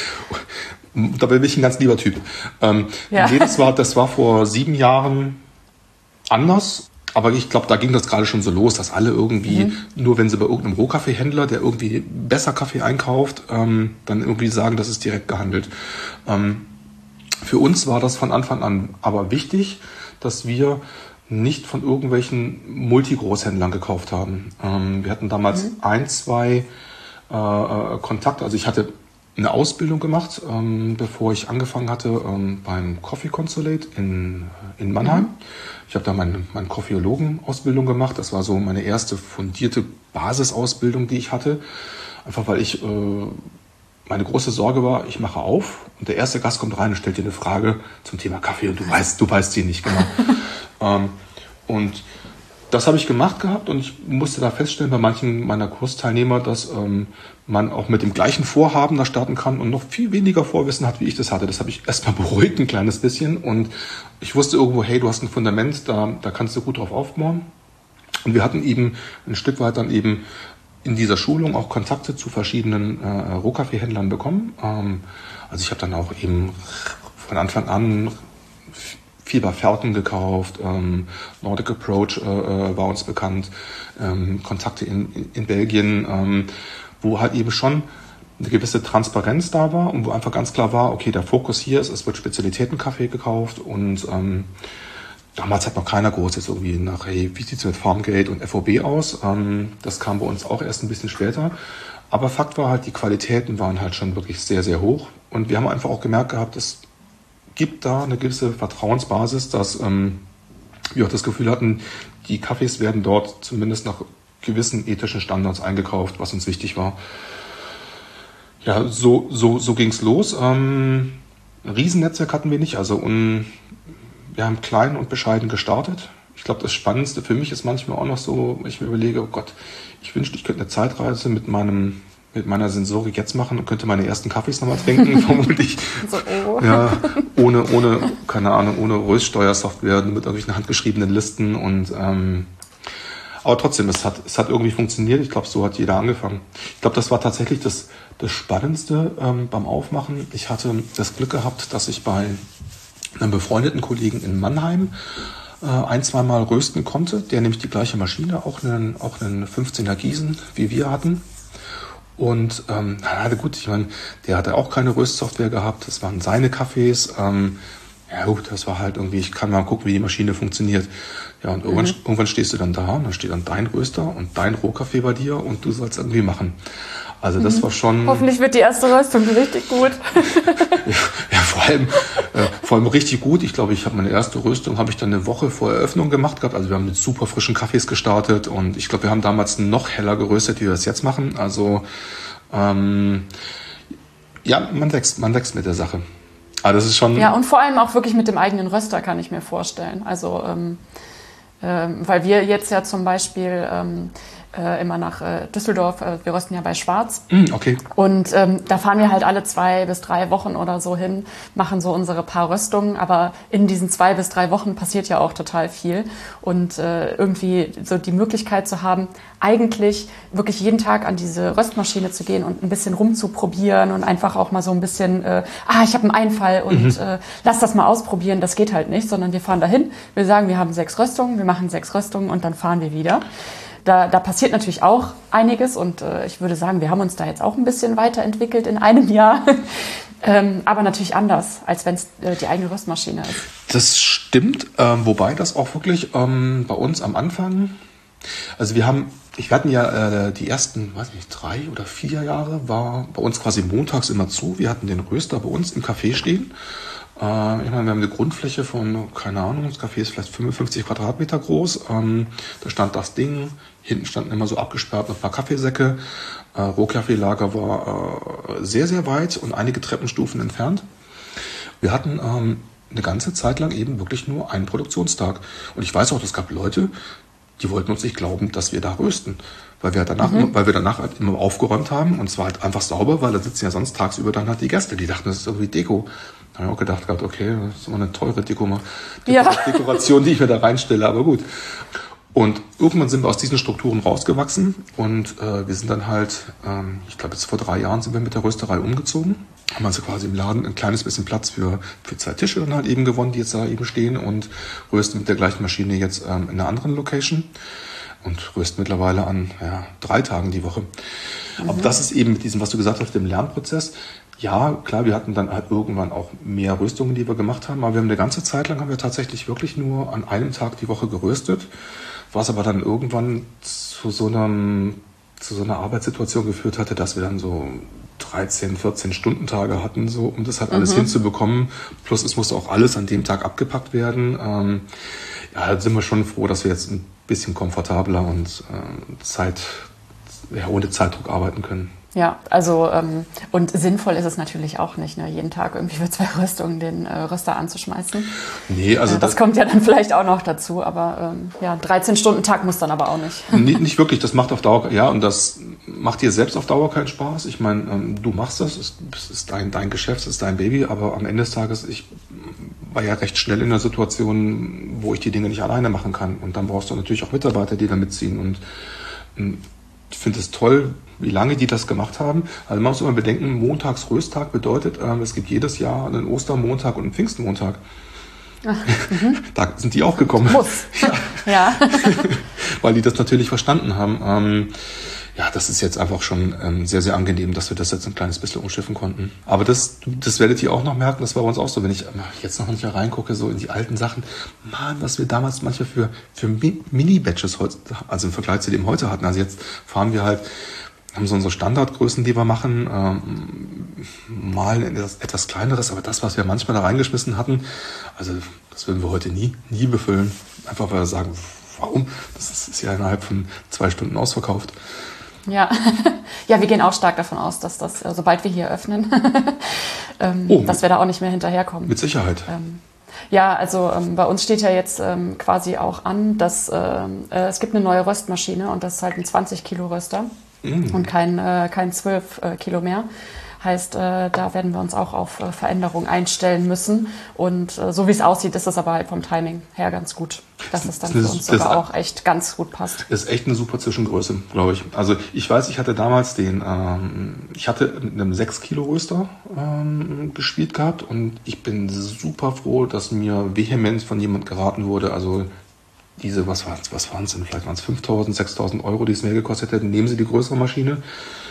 Dabei bin ich ein ganz lieber Typ. Ähm, ja. Nee, das war, das war vor sieben Jahren anders. Aber ich glaube, da ging das gerade schon so los, dass alle irgendwie, mhm. nur wenn sie bei irgendeinem Rohkaffeehändler, der irgendwie besser Kaffee einkauft, ähm, dann irgendwie sagen, das ist direkt gehandelt. Ähm, für uns war das von Anfang an aber wichtig, dass wir nicht von irgendwelchen Multigroßhändlern gekauft haben. Ähm, wir hatten damals mhm. ein, zwei äh, Kontakte. Also ich hatte eine Ausbildung gemacht, ähm, bevor ich angefangen hatte ähm, beim Coffee Consulate in, in Mannheim. Mhm. Ich habe da meine, meine Koffeologen-Ausbildung gemacht. Das war so meine erste fundierte Basisausbildung, die ich hatte. Einfach weil ich, äh, meine große Sorge war, ich mache auf und der erste Gast kommt rein und stellt dir eine Frage zum Thema Kaffee und du weißt, du weißt sie nicht, genau. ähm, und das habe ich gemacht gehabt und ich musste da feststellen bei manchen meiner Kursteilnehmer, dass ähm, man auch mit dem gleichen Vorhaben da starten kann und noch viel weniger Vorwissen hat, wie ich das hatte. Das habe ich erstmal beruhigt, ein kleines bisschen. Und ich wusste irgendwo, hey, du hast ein Fundament, da, da kannst du gut drauf aufbauen. Und wir hatten eben ein Stück weit dann eben in dieser Schulung auch Kontakte zu verschiedenen äh, Rohkaffeehändlern bekommen. Ähm, also ich habe dann auch eben von Anfang an viel bei Felten gekauft, ähm, Nordic Approach äh, war uns bekannt, ähm, Kontakte in, in, in Belgien, ähm, wo halt eben schon eine gewisse Transparenz da war und wo einfach ganz klar war, okay, der Fokus hier ist, es wird Spezialitätenkaffee gekauft und ähm, damals hat noch keiner groß jetzt irgendwie nach, hey, wie sieht's mit Farmgate und F O B aus? Ähm, das kam bei uns auch erst ein bisschen später. Aber Fakt war halt, die Qualitäten waren halt schon wirklich sehr, sehr hoch und wir haben einfach auch gemerkt gehabt, dass gibt da eine gewisse Vertrauensbasis, dass ähm, wir auch das Gefühl hatten, die Kaffees werden dort zumindest nach gewissen ethischen Standards eingekauft, was uns wichtig war. Ja, so, so, so ging's los. Ähm, ein Riesennetzwerk hatten wir nicht, also um, wir haben klein und bescheiden gestartet. Ich glaube, das Spannendste für mich ist manchmal auch noch so, wenn ich mir überlege, oh Gott, ich wünschte, ich könnte eine Zeitreise mit meinem mit meiner Sensorik jetzt machen und könnte meine ersten Kaffees nochmal trinken, vermutlich. So, oh. Ja, ohne, ohne, keine Ahnung, ohne Röststeuersoftware, mit irgendwelchen handgeschriebenen Listen und, ähm, aber trotzdem, es hat, es hat irgendwie funktioniert. Ich glaube, so hat jeder angefangen. Ich glaube, das war tatsächlich das, das Spannendste ähm, beim Aufmachen. Ich hatte das Glück gehabt, dass ich bei einem befreundeten Kollegen in Mannheim äh, ein, zweimal rösten konnte, der nämlich die gleiche Maschine, auch einen, auch einen fünfzehner Gießen, wie wir hatten. Und ähm, na gut, ich meine, der hatte auch keine Röstsoftware gehabt, das waren seine Kaffees. Ähm, ja gut, das war halt irgendwie, ich kann mal gucken, wie die Maschine funktioniert. Ja, und irgendwann, mhm. irgendwann stehst du dann da und dann steht dann dein Röster und dein Rohkaffee bei dir und du sollst irgendwie machen. Also das mhm. war schon... Hoffentlich wird die erste Röstung richtig gut. ja, ja, vor allem, äh, vor allem richtig gut. Ich glaube, ich habe meine erste Röstung habe ich dann eine Woche vor Eröffnung gemacht gehabt. Also wir haben mit super frischen Kaffees gestartet und ich glaube, wir haben damals noch heller geröstet, wie wir das jetzt machen. Also ähm, ja, man wächst, man wächst mit der Sache. Aber das ist schon... Ja, und vor allem auch wirklich mit dem eigenen Röster, kann ich mir vorstellen. Also ähm, ähm, weil wir jetzt ja zum Beispiel... Ähm, äh, immer nach äh, Düsseldorf. Äh, wir rösten ja bei Schwarz. Mm, okay. Und ähm, da fahren wir halt alle zwei bis drei Wochen oder so hin, machen so unsere paar Röstungen. Aber in diesen zwei bis drei Wochen passiert ja auch total viel. Und äh, irgendwie so die Möglichkeit zu haben, eigentlich wirklich jeden Tag an diese Röstmaschine zu gehen und ein bisschen rumzuprobieren und einfach auch mal so ein bisschen, äh, ah, ich habe einen Einfall und mhm. äh, lass das mal ausprobieren. Das geht halt nicht, sondern wir fahren dahin. Wir sagen, wir haben sechs Röstungen, wir machen sechs Röstungen und dann fahren wir wieder. Da, da passiert natürlich auch einiges und äh, ich würde sagen, wir haben uns da jetzt auch ein bisschen weiterentwickelt in einem Jahr. ähm, aber natürlich anders, als wenn es äh, die eigene Röstmaschine ist. Das stimmt, ähm, wobei das auch wirklich ähm, bei uns am Anfang, also wir haben, ich wir hatten ja äh, die ersten, weiß nicht, drei oder vier Jahre war bei uns quasi montags immer zu. Wir hatten den Röster bei uns im Café stehen. Äh, ich meine, wir haben eine Grundfläche von, keine Ahnung, das Café ist vielleicht fünfundfünfzig Quadratmeter groß. Ähm, da stand das Ding, hinten standen immer so abgesperrt ein paar Kaffeesäcke. Äh, Rohkaffeelager war äh, sehr, sehr weit und einige Treppenstufen entfernt. Wir hatten ähm, eine ganze Zeit lang eben wirklich nur einen Produktionstag. Und ich weiß auch, es gab Leute, die wollten uns nicht glauben, dass wir da rösten. Weil wir danach, mhm. weil wir danach halt immer aufgeräumt haben und zwar halt einfach sauber, weil da sitzen ja sonst tagsüber dann halt die Gäste, die dachten, das ist irgendwie Deko. Da habe ich auch gedacht, okay, das ist immer eine teure Deko, ja. Dekoration, die ich mir da reinstelle, aber gut. Und irgendwann sind wir aus diesen Strukturen rausgewachsen und äh, wir sind dann halt, ähm, ich glaube jetzt vor drei Jahren sind wir mit der Rösterei umgezogen. Haben also quasi im Laden ein kleines bisschen Platz für, für zwei Tische dann halt eben gewonnen, die jetzt da eben stehen und rösten mit der gleichen Maschine jetzt ähm, in einer anderen Location und rösten mittlerweile an ja, drei Tagen die Woche. Mhm. Aber das ist eben mit diesem, was du gesagt hast, dem Lernprozess. Ja, klar, wir hatten dann halt irgendwann auch mehr Röstungen, die wir gemacht haben, aber wir haben eine ganze Zeit lang haben wir tatsächlich wirklich nur an einem Tag die Woche geröstet, was aber dann irgendwann zu so einem, zu so einer Arbeitssituation geführt hatte, dass wir dann so dreizehn, vierzehn Stundentage hatten, so, um das halt alles mhm. hinzubekommen. Plus es musste auch alles an dem Tag abgepackt werden. Ähm, ja, da sind wir schon froh, dass wir jetzt ein bisschen komfortabler und äh, Zeit, ja, ohne Zeitdruck arbeiten können. Ja, also ähm, und sinnvoll ist es natürlich auch nicht, ne, jeden Tag irgendwie für zwei Röstungen den äh, Röster anzuschmeißen. Nee, also äh, das, das kommt ja dann vielleicht auch noch dazu, aber ähm, ja, dreizehn Stunden Tag muss dann aber auch nicht. Nee, nicht wirklich, das macht auf Dauer, ja, und das macht dir selbst auf Dauer keinen Spaß. Ich meine, ähm, du machst das, es ist dein, dein Geschäft, es ist dein Baby, aber am Ende des Tages, ich war ja recht schnell in einer Situation, wo ich die Dinge nicht alleine machen kann. Und dann brauchst du natürlich auch Mitarbeiter, die da mitziehen. Und ähm, ich finde es toll, wie lange die das gemacht haben. Also man muss immer bedenken, Montagsrösttag bedeutet, ähm, es gibt jedes Jahr einen Ostermontag und einen Pfingstmontag. Ach, da sind die auch gekommen. Muss. Ja. Ja. Weil die das natürlich verstanden haben. Ähm, ja, das ist jetzt einfach schon ähm, sehr, sehr angenehm, dass wir das jetzt ein kleines bisschen umschiffen konnten. Aber das, das werdet ihr auch noch merken, das war bei uns auch so, wenn ich jetzt noch nicht mehr reingucke, so in die alten Sachen, Mann, was wir damals manchmal für, für Mini-Batches, also im Vergleich zu dem heute hatten. Also jetzt fahren wir halt, haben so unsere Standardgrößen, die wir machen, ähm, mal etwas, etwas kleineres, aber das, was wir manchmal da reingeschmissen hatten, also das würden wir heute nie, nie befüllen. Einfach weil wir sagen, warum? Das ist, ist ja innerhalb von zwei Stunden ausverkauft. Ja. Ja, wir gehen auch stark davon aus, dass das, sobald wir hier öffnen, ähm, oh, dass wir da auch nicht mehr hinterherkommen. Mit Sicherheit. Ähm, ja, also ähm, bei uns steht ja jetzt ähm, quasi auch an, dass ähm, äh, es gibt eine neue Röstmaschine und das ist halt ein zwanzig Kilo Röster mm. und kein, äh, kein zwölf äh, Kilo mehr. Heißt, äh, da werden wir uns auch auf äh, Veränderungen einstellen müssen. Und äh, so wie es aussieht, ist es aber halt vom Timing her ganz gut, dass es dann für uns sogar auch echt ganz gut passt. Das ist echt eine super Zwischengröße, glaube ich. Also ich weiß, ich hatte damals den, ähm, ich hatte mit einem sechs Kilo Röster ähm, gespielt gehabt und ich bin super froh, dass mir vehement von jemand geraten wurde, also diese, was waren es, was waren es denn, vielleicht waren es fünftausend, sechstausend Euro, die es mehr gekostet hätten, nehmen Sie die größere Maschine.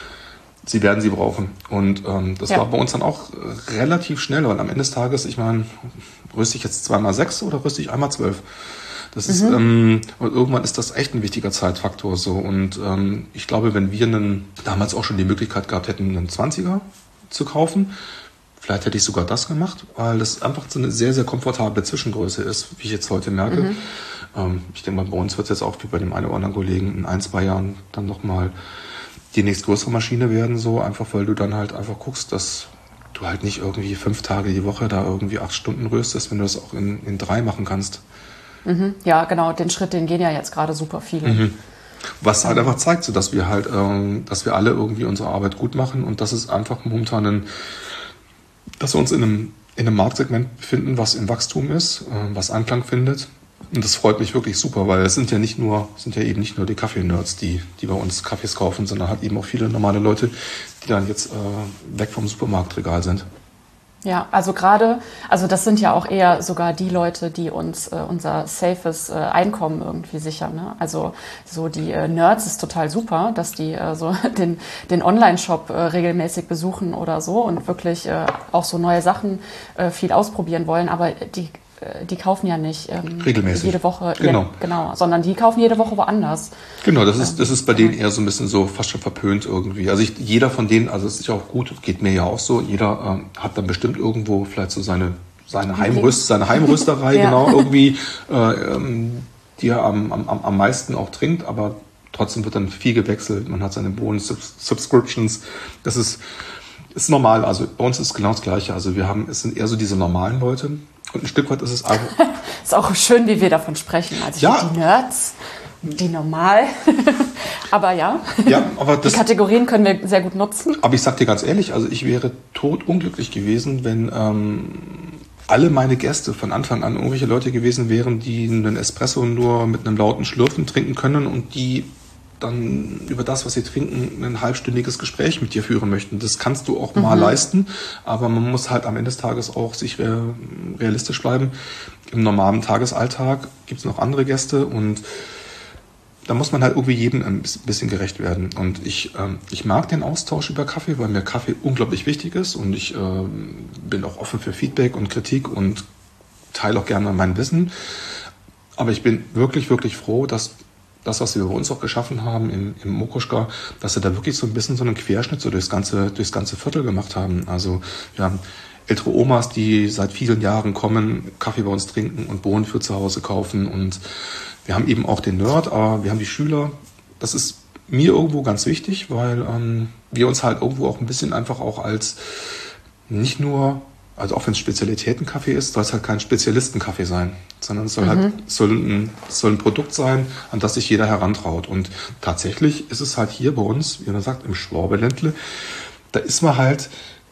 Sie werden sie brauchen. Und ähm, das ja. war bei uns dann auch relativ schnell, weil am Ende des Tages, ich meine, rüste ich jetzt zweimal sechs oder rüste ich einmal zwölf? Das mhm. ist, ähm, und irgendwann ist das echt ein wichtiger Zeitfaktor so. Und ähm, ich glaube, wenn wir einen, damals auch schon die Möglichkeit gehabt hätten, einen zwanziger zu kaufen, vielleicht hätte ich sogar das gemacht, weil das einfach so eine sehr, sehr komfortable Zwischengröße ist, wie ich jetzt heute merke. Mhm. Ähm, ich denke mal, bei uns wird es jetzt auch wie bei dem einen oder anderen Kollegen in ein, zwei Jahren dann nochmal die nächstgrößere Maschine werden, so einfach, weil du dann halt einfach guckst, dass du halt nicht irgendwie fünf Tage die Woche da irgendwie acht Stunden röstest, wenn du das auch in, in drei machen kannst. Mhm, ja, genau, den Schritt, den gehen ja jetzt gerade super viele. Mhm. Was halt einfach zeigt, so dass wir halt, ähm, dass wir alle irgendwie unsere Arbeit gut machen und dass es einfach momentan ein, dass wir uns in einem, in einem Marktsegment befinden, was im Wachstum ist, äh, was Anklang findet. Und das freut mich wirklich super, weil es sind ja nicht nur, sind ja eben nicht nur die Kaffee-Nerds, die, die bei uns Kaffees kaufen, sondern halt eben auch viele normale Leute, die dann jetzt äh, weg vom Supermarktregal sind. Ja, also gerade, also das sind ja auch eher sogar die Leute, die uns äh, unser safes äh, Einkommen irgendwie sichern. Ne? Also so die äh, Nerds ist total super, dass die äh, so den, den Online-Shop äh, regelmäßig besuchen oder so und wirklich äh, auch so neue Sachen äh, viel ausprobieren wollen, aber die die kaufen ja nicht ähm, regelmäßig jede Woche, genau. Ja, genau, sondern die kaufen jede Woche woanders. Genau, das ist das ist bei denen eher so ein bisschen so fast schon verpönt irgendwie. Also ich, jeder von denen, also es ist ja auch gut, geht mir ja auch so, jeder ähm, hat dann bestimmt irgendwo vielleicht so seine seine Heimrüst, seine Heimrüsterei ja. genau irgendwie, äh, ähm, die er am, am am meisten auch trinkt, aber trotzdem wird dann viel gewechselt. Man hat seine Bonus-Subscriptions. Das ist ist normal. Also bei uns ist genau das Gleiche. Also wir haben, es sind eher so diese normalen Leute. Und ein Stück weit ist es auch... ist auch schön, wie wir davon sprechen. Also ja. die Nerds, die normal. aber ja, ja aber das, die Kategorien können wir sehr gut nutzen. Aber ich sag dir ganz ehrlich, also ich wäre totunglücklich gewesen, wenn ähm, alle meine Gäste von Anfang an irgendwelche Leute gewesen wären, die einen Espresso nur mit einem lauten Schlürfen trinken können und die dann über das, was sie trinken, ein halbstündiges Gespräch mit dir führen möchten. Das kannst du auch mal mhm. leisten, aber man muss halt am Ende des Tages auch sich realistisch bleiben. Im normalen Tagesalltag gibt es noch andere Gäste und da muss man halt irgendwie jedem ein bisschen gerecht werden. Und ich, ähm, ich mag den Austausch über Kaffee, weil mir Kaffee unglaublich wichtig ist und ich äh, bin auch offen für Feedback und Kritik und teile auch gerne mein Wissen. Aber ich bin wirklich, wirklich froh, dass das, was wir bei uns auch geschaffen haben im, im Mokoschka, dass wir da wirklich so ein bisschen so einen Querschnitt so durchs ganze, durchs ganze Viertel gemacht haben. Also wir haben ältere Omas, die seit vielen Jahren kommen, Kaffee bei uns trinken und Bohnen für zu Hause kaufen. Und wir haben eben auch den Nerd, aber wir haben die Schüler. Das ist mir irgendwo ganz wichtig, weil ähm, wir uns halt irgendwo auch ein bisschen einfach auch als nicht nur, also auch wenn es Spezialitätenkaffee ist, soll es halt kein Spezialistenkaffee sein, sondern es soll mhm. halt soll ein, soll ein Produkt sein, an das sich jeder herantraut. Und tatsächlich ist es halt hier bei uns, wie man sagt, im Schwabeländle, da ist man halt,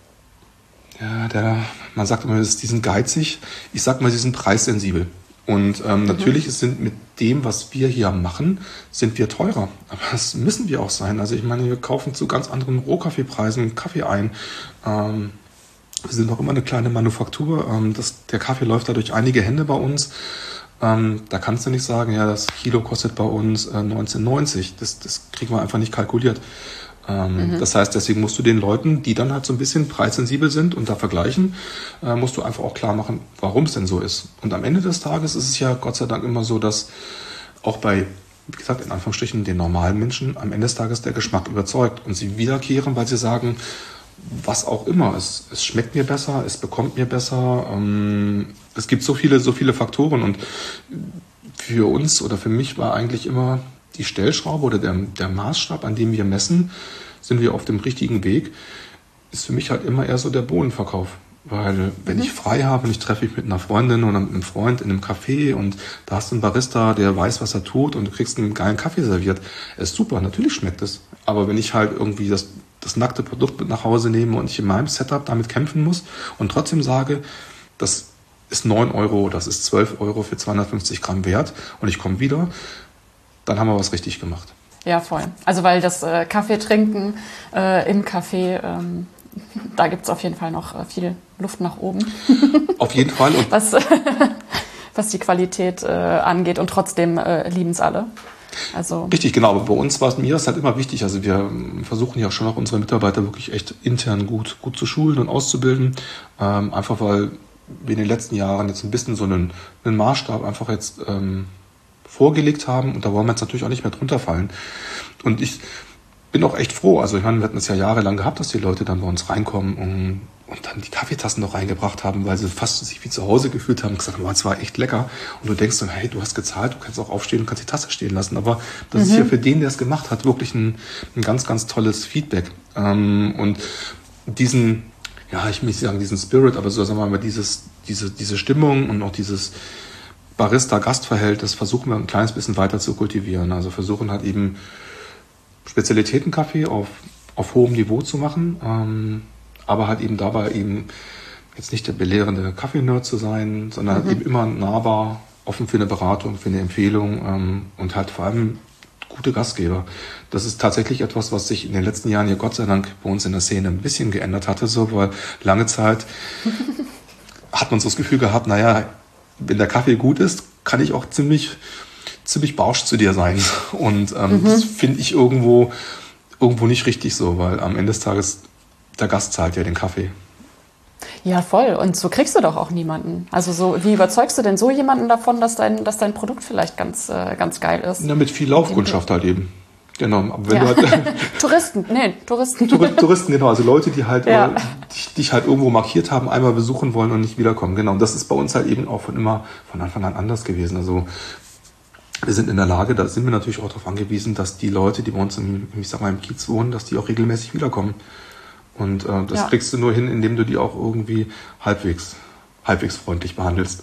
ja, der, man sagt immer, die sind geizig. Ich sag mal, sie sind preissensibel. Und ähm, mhm. natürlich sind mit dem, was wir hier machen, sind wir teurer. Aber das müssen wir auch sein. Also ich meine, wir kaufen zu ganz anderen Rohkaffeepreisen Kaffee ein. Ähm, wir sind auch immer eine kleine Manufaktur. Ähm, das, der Kaffee läuft da durch einige Hände bei uns. Ähm, da kannst du nicht sagen, ja, das Kilo kostet bei uns äh, neunzehn neunzig. Das, das kriegen wir einfach nicht kalkuliert. Ähm, mhm. Das heißt, deswegen musst du den Leuten, die dann halt so ein bisschen preissensibel sind und da vergleichen, äh, musst du einfach auch klar machen, warum es denn so ist. Und am Ende des Tages ist es ja Gott sei Dank immer so, dass auch bei, wie gesagt, in Anführungsstrichen den normalen Menschen am Ende des Tages der Geschmack überzeugt und sie wiederkehren, weil sie sagen, was auch immer, es, es schmeckt mir besser, es bekommt mir besser, ähm, es gibt so viele, so viele Faktoren und für uns oder für mich war eigentlich immer die Stellschraube oder der, der Maßstab, an dem wir messen, sind wir auf dem richtigen Weg, ist für mich halt immer eher so der Bohnenverkauf. Weil wenn mhm. ich frei habe und ich treffe mich mit einer Freundin oder mit einem Freund in einem Café und da hast du einen Barista, der weiß, was er tut und du kriegst einen geilen Kaffee serviert, ist super, natürlich schmeckt es. Aber wenn ich halt irgendwie das, das nackte Produkt mit nach Hause nehme und ich in meinem Setup damit kämpfen muss und trotzdem sage, das ist neun Euro, das ist zwölf Euro für zweihundertfünfzig Gramm wert und ich komme wieder, dann haben wir was richtig gemacht. Ja, voll. Also weil das äh, Kaffee trinken äh, im Café, ähm, da gibt es auf jeden Fall noch äh, viel Luft nach oben. Auf jeden Fall. Und was, was die Qualität äh, angeht und trotzdem äh, lieben es alle. Also richtig, genau. Aber bei uns war es mir ist halt immer wichtig. Also wir versuchen ja schon auch unsere Mitarbeiter wirklich echt intern gut, gut zu schulen und auszubilden. Ähm, einfach weil wir in den letzten Jahren jetzt ein bisschen so einen, einen Maßstab einfach jetzt ähm, vorgelegt haben und da wollen wir jetzt natürlich auch nicht mehr drunter fallen. Und ich bin auch echt froh, also ich meine, wir hatten es ja jahrelang gehabt, dass die Leute dann bei uns reinkommen und, und dann die Kaffeetassen noch reingebracht haben, weil sie fast sich wie zu Hause gefühlt haben und gesagt haben, es war echt lecker. Und du denkst dann, hey, du hast gezahlt, du kannst auch aufstehen und kannst die Tasse stehen lassen. Aber das mhm. ist ja für den, der es gemacht hat, wirklich ein, ein ganz, ganz tolles Feedback. Und diesen, ja, ich will nicht sagen diesen Spirit, aber so sagen wir mal, dieses, diese, diese Stimmung und auch dieses Barista-Gast-Verhältnis versuchen wir ein kleines bisschen weiter zu kultivieren. Also versuchen halt eben Spezialitätenkaffee auf, auf hohem Niveau zu machen, ähm, aber halt eben dabei eben jetzt nicht der belehrende Kaffee-Nerd zu sein, sondern mhm. eben immer nahbar, offen für eine Beratung, für eine Empfehlung ähm, und halt vor allem gute Gastgeber. Das ist tatsächlich etwas, was sich in den letzten Jahren hier Gott sei Dank bei uns in der Szene ein bisschen geändert hatte, so, weil lange Zeit hat man so das Gefühl gehabt, naja, wenn der Kaffee gut ist, kann ich auch ziemlich, ziemlich barsch zu dir sein. Und ähm, mhm. das finde ich irgendwo, irgendwo nicht richtig so, weil am Ende des Tages der Gast zahlt ja den Kaffee. Ja, voll. Und so kriegst du doch auch niemanden. Also so, wie überzeugst du denn so jemanden davon, dass dein, dass dein Produkt vielleicht ganz, äh, ganz geil ist? Ja, mit viel Laufkundschaft halt eben. Genau. Aber wenn ja. du halt Touristen, nee, Touristen. Tour, Touristen, genau. Also Leute, die halt ja. äh, dich, dich halt irgendwo markiert haben, einmal besuchen wollen und nicht wiederkommen. Genau. Und das ist bei uns halt eben auch von immer, von Anfang an anders gewesen. Also wir sind in der Lage, da sind wir natürlich auch darauf angewiesen, dass die Leute, die bei uns im, ich sag mal, im Kiez wohnen, dass die auch regelmäßig wiederkommen. Und äh, das ja. kriegst du nur hin, indem du die auch irgendwie halbwegs, halbwegs freundlich behandelst.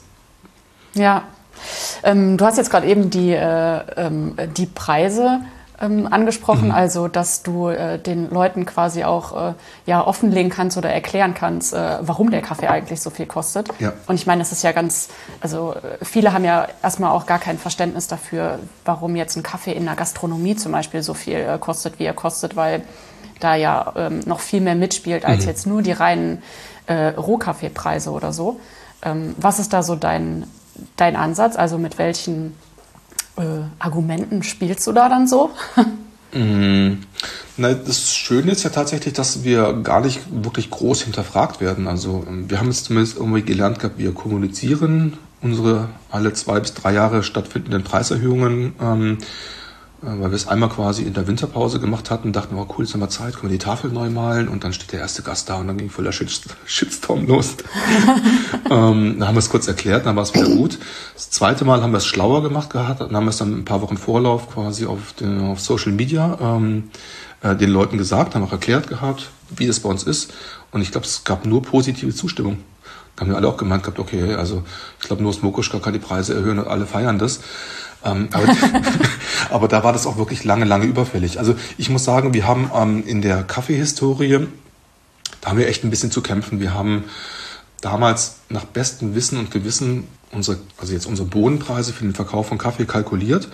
Ja, ähm, du hast jetzt gerade eben die, äh, ähm, die Preise ähm, angesprochen, mhm. also dass du äh, den Leuten quasi auch äh, ja, offenlegen kannst oder erklären kannst, äh, warum der Kaffee eigentlich so viel kostet. Ja. Und ich meine, das ist ja ganz, also viele haben ja erstmal auch gar kein Verständnis dafür, warum jetzt ein Kaffee in der Gastronomie zum Beispiel so viel äh, kostet, wie er kostet, weil da ja ähm, noch viel mehr mitspielt als mhm. jetzt nur die reinen äh, Rohkaffeepreise oder so. Ähm, was ist da so dein, dein Ansatz? Also mit welchen äh, Argumenten spielst du da dann so? mhm. Na, das Schöne ist ja tatsächlich, dass wir gar nicht wirklich groß hinterfragt werden. Also wir haben jetzt zumindest irgendwie gelernt gehabt, wir kommunizieren unsere alle zwei bis drei Jahre stattfindenden Preiserhöhungen, ähm, weil wir es einmal quasi in der Winterpause gemacht hatten, dachten wir, oh cool, jetzt haben wir Zeit, können wir die Tafel neu malen und dann steht der erste Gast da und dann ging voller Shitstorm los. ähm, dann haben wir es kurz erklärt, dann war es wieder gut. Das zweite Mal haben wir es schlauer gemacht gehabt, dann haben wir es dann ein paar Wochen Vorlauf quasi auf, den, auf Social Media ähm, äh, den Leuten gesagt, haben auch erklärt gehabt, wie das bei uns ist und ich glaube, es gab nur positive Zustimmung. Da haben wir alle auch gemeint gehabt, okay, also ich glaube nur Smokuschka kann die Preise erhöhen und alle feiern das. Ähm, aber, aber da war das auch wirklich lange, lange überfällig. Also ich muss sagen, wir haben ähm, in der Kaffeehistorie, da haben wir echt ein bisschen zu kämpfen. Wir haben damals nach bestem Wissen und Gewissen unsere, also jetzt unsere Bohnenpreise für den Verkauf von Kaffee kalkuliert.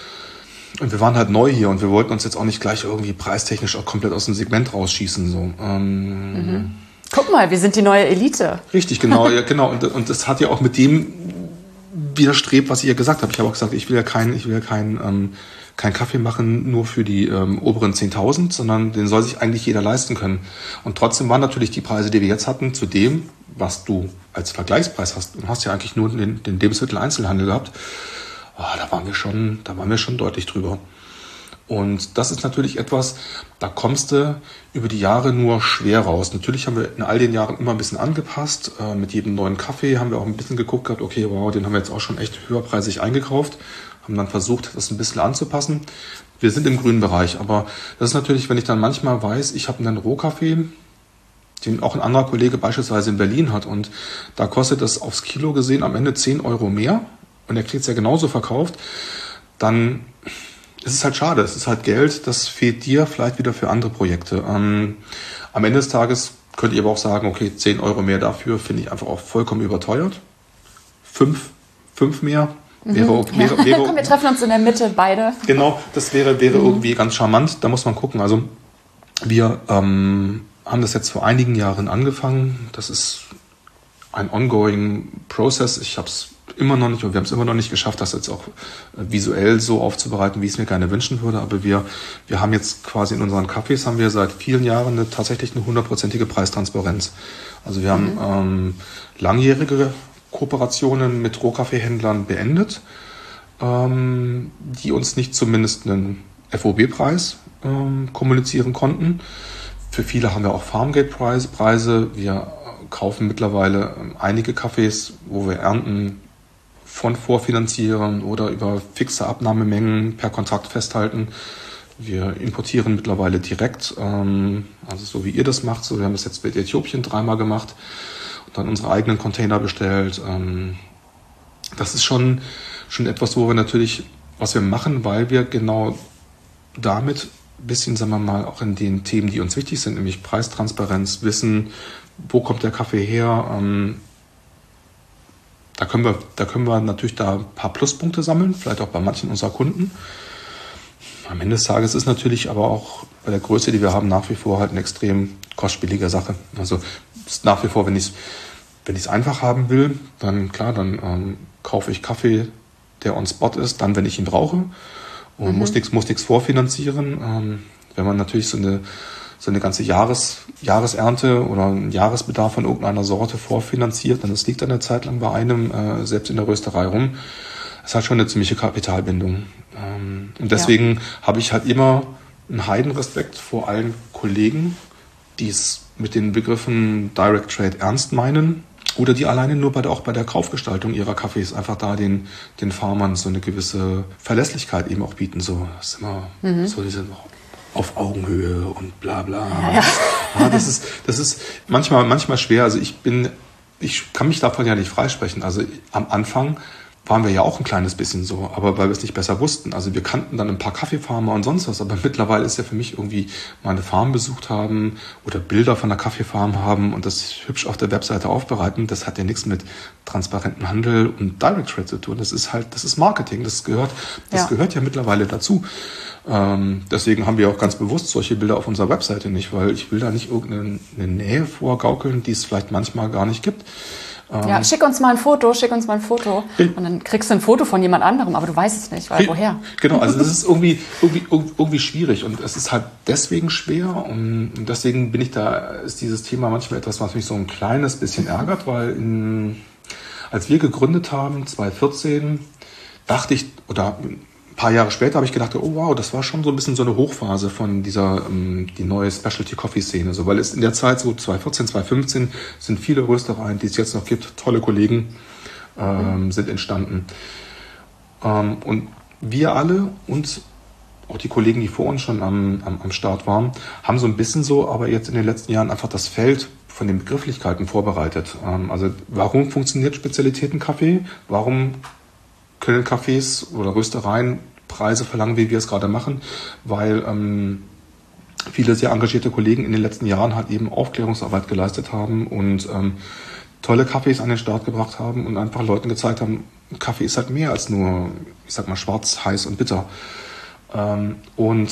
Und wir waren halt neu hier und wir wollten uns jetzt auch nicht gleich irgendwie preistechnisch auch komplett aus dem Segment rausschießen. So. Ähm, mhm. Guck mal, wir sind die neue Elite. Richtig, genau, ja, genau. Und, und das hat ja auch mit dem widerstrebt, was ich ja gesagt habe. Ich habe auch gesagt, ich will ja keinen, ich will ja keinen, ähm, keinen Kaffee machen nur für die ähm, oberen zehntausend, sondern den soll sich eigentlich jeder leisten können. Und trotzdem waren natürlich die Preise, die wir jetzt hatten, zu dem, was du als Vergleichspreis hast. Du hast ja eigentlich nur den, den Lebensmittel-Einzelhandel gehabt. Oh, da waren wir schon, da waren wir schon deutlich drüber. Und das ist natürlich etwas, da kommst du über die Jahre nur schwer raus. Natürlich haben wir in all den Jahren immer ein bisschen angepasst. Äh, mit jedem neuen Kaffee haben wir auch ein bisschen geguckt gehabt, okay, wow, den haben wir jetzt auch schon echt höherpreisig eingekauft. Haben dann versucht, das ein bisschen anzupassen. Wir sind im grünen Bereich, aber das ist natürlich, wenn ich dann manchmal weiß, ich habe einen Rohkaffee, den auch ein anderer Kollege beispielsweise in Berlin hat und da kostet das aufs Kilo gesehen am Ende zehn Euro mehr und er kriegt es ja genauso verkauft, dann es ist halt schade, es ist halt Geld, das fehlt dir vielleicht wieder für andere Projekte. Ähm, am Ende des Tages könnt ihr aber auch sagen, okay, zehn Euro mehr dafür finde ich einfach auch vollkommen überteuert. Fünf, fünf mehr wäre, mhm, wäre, ja. wäre Komm, wir treffen uns in der Mitte, beide. Genau, das wäre, wäre mhm. irgendwie ganz charmant, da muss man gucken. Also wir ähm, haben das jetzt vor einigen Jahren angefangen, das ist ein ongoing Process, ich habe es immer noch nicht, und wir haben es immer noch nicht geschafft, das jetzt auch visuell so aufzubereiten, wie ich es mir gerne wünschen würde. Aber wir, wir haben jetzt quasi in unseren Cafés haben wir seit vielen Jahren eine, tatsächlich eine hundertprozentige Preistransparenz. Also wir mhm. haben ähm, langjährige Kooperationen mit Rohkaffeehändlern beendet, ähm, die uns nicht zumindest einen F O B-Preis ähm, kommunizieren konnten. Für viele haben wir auch Farmgate-Preise. Preise. Wir kaufen mittlerweile ähm, einige Kaffees, wo wir Ernten von vorfinanzieren oder über fixe Abnahmemengen per Kontrakt festhalten. Wir importieren mittlerweile direkt, ähm, also so wie ihr das macht. So, wir haben das jetzt mit Äthiopien dreimal gemacht und dann unsere eigenen Container bestellt. Ähm, das ist schon, schon etwas, wo wir natürlich, was wir machen, weil wir genau damit ein bisschen, sagen wir mal, auch in den Themen, die uns wichtig sind, nämlich Preistransparenz, wissen, wo kommt der Kaffee her, ähm, da können wir, da können wir natürlich da ein paar Pluspunkte sammeln, vielleicht auch bei manchen unserer Kunden. Am Ende des Tages ist natürlich aber auch bei der Größe, die wir haben, nach wie vor halt eine extrem kostspielige Sache. Also ist nach wie vor, wenn ich es wenn ich es einfach haben will, dann klar, dann ähm, kaufe ich Kaffee, der on spot ist, dann, wenn ich ihn brauche und mhm. muss nichts muss nichts vorfinanzieren. Ähm, wenn man natürlich so eine so eine ganze Jahres, Jahresernte oder einen Jahresbedarf von irgendeiner Sorte vorfinanziert, dann das liegt eine Zeit lang bei einem, äh, selbst in der Rösterei rum. Das hat schon eine ziemliche Kapitalbindung. Ähm, und deswegen ja. habe ich halt immer einen Heidenrespekt vor allen Kollegen, die es mit den Begriffen Direct Trade ernst meinen oder die alleine nur bei der, auch bei der Kaufgestaltung ihrer Kaffees einfach da den, den Farmern so eine gewisse Verlässlichkeit eben auch bieten. So, das ist immer mhm. so diese auf Augenhöhe und bla bla. Ja, ja. Ja, das ist, das ist manchmal, manchmal schwer. Also ich bin, ich kann mich davon ja nicht freisprechen. Also am Anfang waren wir ja auch ein kleines bisschen so, aber weil wir es nicht besser wussten. Also wir kannten dann ein paar Kaffeefarmer und sonst was, aber mittlerweile ist ja für mich irgendwie mal eine Farm besucht haben oder Bilder von einer Kaffeefarm haben und das hübsch auf der Webseite aufbereiten, das hat ja nichts mit transparentem Handel und Direct Trade zu tun. Das ist halt, das ist Marketing, das gehört, das ja. gehört ja mittlerweile dazu. Ähm, deswegen haben wir auch ganz bewusst solche Bilder auf unserer Webseite nicht, weil ich will da nicht irgendeine Nähe vorgaukeln, die es vielleicht manchmal gar nicht gibt. Ja, schick uns mal ein Foto, schick uns mal ein Foto. Und dann kriegst du ein Foto von jemand anderem, aber du weißt es nicht, weil woher? Genau, also das ist irgendwie, irgendwie, irgendwie schwierig und es ist halt deswegen schwer und deswegen bin ich da, ist dieses Thema manchmal etwas, was mich so ein kleines bisschen ärgert, weil in, als wir gegründet haben, zwanzig vierzehn, dachte ich, oder ein paar Jahre später habe ich gedacht, oh wow, das war schon so ein bisschen so eine Hochphase von dieser, ähm, die neue Specialty-Coffee-Szene. So, weil es in der Zeit, so zwanzig vierzehn, zwanzig fünfzehn, sind viele Röstereien, die es jetzt noch gibt, tolle Kollegen, ähm, mhm. sind entstanden. Ähm, und wir alle und auch die Kollegen, die vor uns schon am, am, am Start waren, haben so ein bisschen so, aber jetzt in den letzten Jahren einfach das Feld von den Begrifflichkeiten vorbereitet. Ähm, also warum funktioniert Spezialitätenkaffee? Warum können Cafés oder Röstereien Preise verlangen, wie wir es gerade machen, weil ähm, viele sehr engagierte Kollegen in den letzten Jahren halt eben Aufklärungsarbeit geleistet haben und ähm, tolle Kaffees an den Start gebracht haben und einfach Leuten gezeigt haben, Kaffee ist halt mehr als nur, ich sag mal, schwarz, heiß und bitter. Ähm, und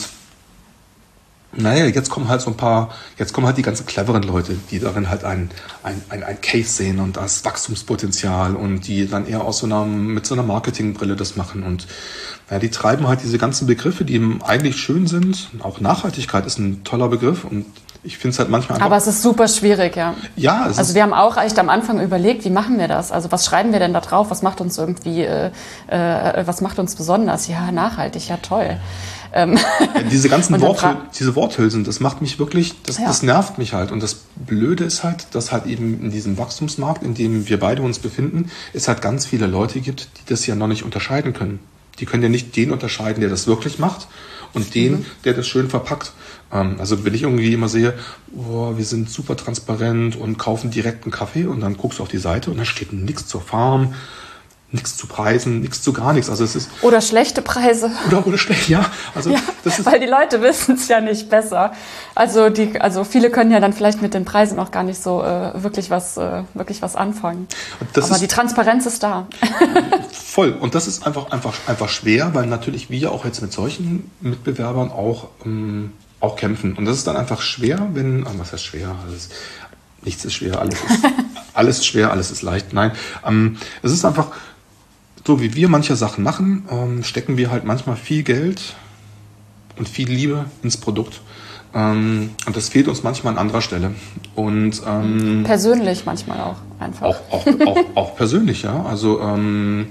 naja, jetzt kommen halt so ein paar, jetzt kommen halt die ganzen cleveren Leute, die darin halt ein, ein, ein, ein Case sehen und das Wachstumspotenzial und die dann eher aus so einer, mit so einer Marketingbrille das machen und ja, die treiben halt diese ganzen Begriffe, die eigentlich schön sind. Auch Nachhaltigkeit ist ein toller Begriff und ich finde es halt manchmal einfach... Aber es ist super schwierig, ja. Ja. Es also wir haben auch echt am Anfang überlegt, wie machen wir das? Also was schreiben wir denn da drauf? Was macht uns irgendwie, äh, äh, was macht uns besonders? Ja, nachhaltig, ja toll. Ähm ja, diese ganzen Worthül- diese Worthülsen, das macht mich wirklich, das, ja. das nervt mich halt. Und das Blöde ist halt, dass halt eben in diesem Wachstumsmarkt, in dem wir beide uns befinden, es halt ganz viele Leute gibt, die das ja noch nicht unterscheiden können. Die können ja nicht den unterscheiden, der das wirklich macht und den, mhm. der das schön verpackt. Ähm, also wenn ich irgendwie immer sehe, oh, wir sind super transparent und kaufen direkt einen Kaffee und dann guckst du auf die Seite und da steht nichts zur Farm, nichts zu Preisen, nichts zu gar nichts. Also es ist oder schlechte Preise. Oder, oder schlecht, ja. Also ja, das ist weil die Leute wissen es ja nicht besser. Also die, also viele können ja dann vielleicht mit den Preisen auch gar nicht so äh, wirklich was, äh, wirklich was anfangen. Das Aber ist, die Transparenz ist da. Voll. Und das ist einfach, einfach, einfach schwer, weil natürlich wir auch jetzt mit solchen Mitbewerbern auch, ähm, auch kämpfen. Und das ist dann einfach schwer, wenn, ah, was heißt schwer? Alles, nichts ist schwer, alles ist, alles ist schwer, alles ist leicht. Nein, ähm, es ist einfach so, wie wir manche Sachen machen, ähm, stecken wir halt manchmal viel Geld und viel Liebe ins Produkt. Ähm, und das fehlt uns manchmal an anderer Stelle. Und, ähm, persönlich manchmal auch einfach. Auch, auch, auch, auch persönlich, ja. Also ähm,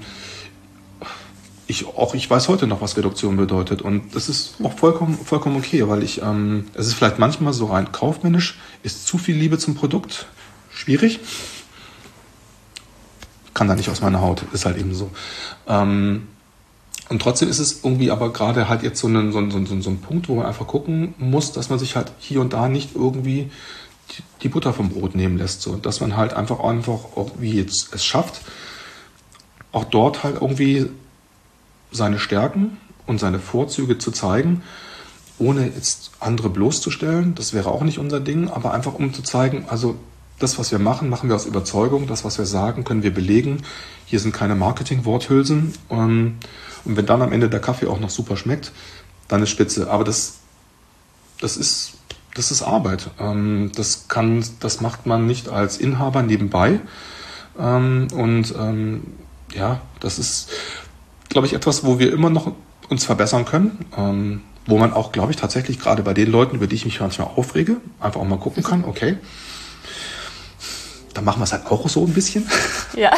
ich, auch ich weiß heute noch, was Reduktion bedeutet. Und das ist auch vollkommen, vollkommen okay, weil ich, ähm, es ist vielleicht manchmal so rein kaufmännisch, ist zu viel Liebe zum Produkt schwierig. Kann da nicht aus meiner Haut, ist halt eben so. Ähm, und trotzdem ist es irgendwie aber gerade halt jetzt so ein, so, ein, so, ein, so ein Punkt, wo man einfach gucken muss, dass man sich halt hier und da nicht irgendwie die, die Butter vom Brot nehmen lässt. So. Dass man halt einfach einfach irgendwie jetzt es schafft, auch dort halt irgendwie seine Stärken und seine Vorzüge zu zeigen, ohne jetzt andere bloßzustellen. Das wäre auch nicht unser Ding, aber einfach um zu zeigen, also das, was wir machen, machen wir aus Überzeugung. Das, was wir sagen, können wir belegen. Hier sind keine Marketing-Worthülsen. Und wenn dann am Ende der Kaffee auch noch super schmeckt, dann ist spitze. Aber das, das ist, das ist Arbeit. Das kann, das macht man nicht als Inhaber nebenbei. Und ja, das ist, glaube ich, etwas, wo wir immer noch uns verbessern können. Wo man auch, glaube ich, tatsächlich gerade bei den Leuten, über die ich mich manchmal aufrege, einfach auch mal gucken kann, okay, dann machen wir es halt auch so ein bisschen. Ja,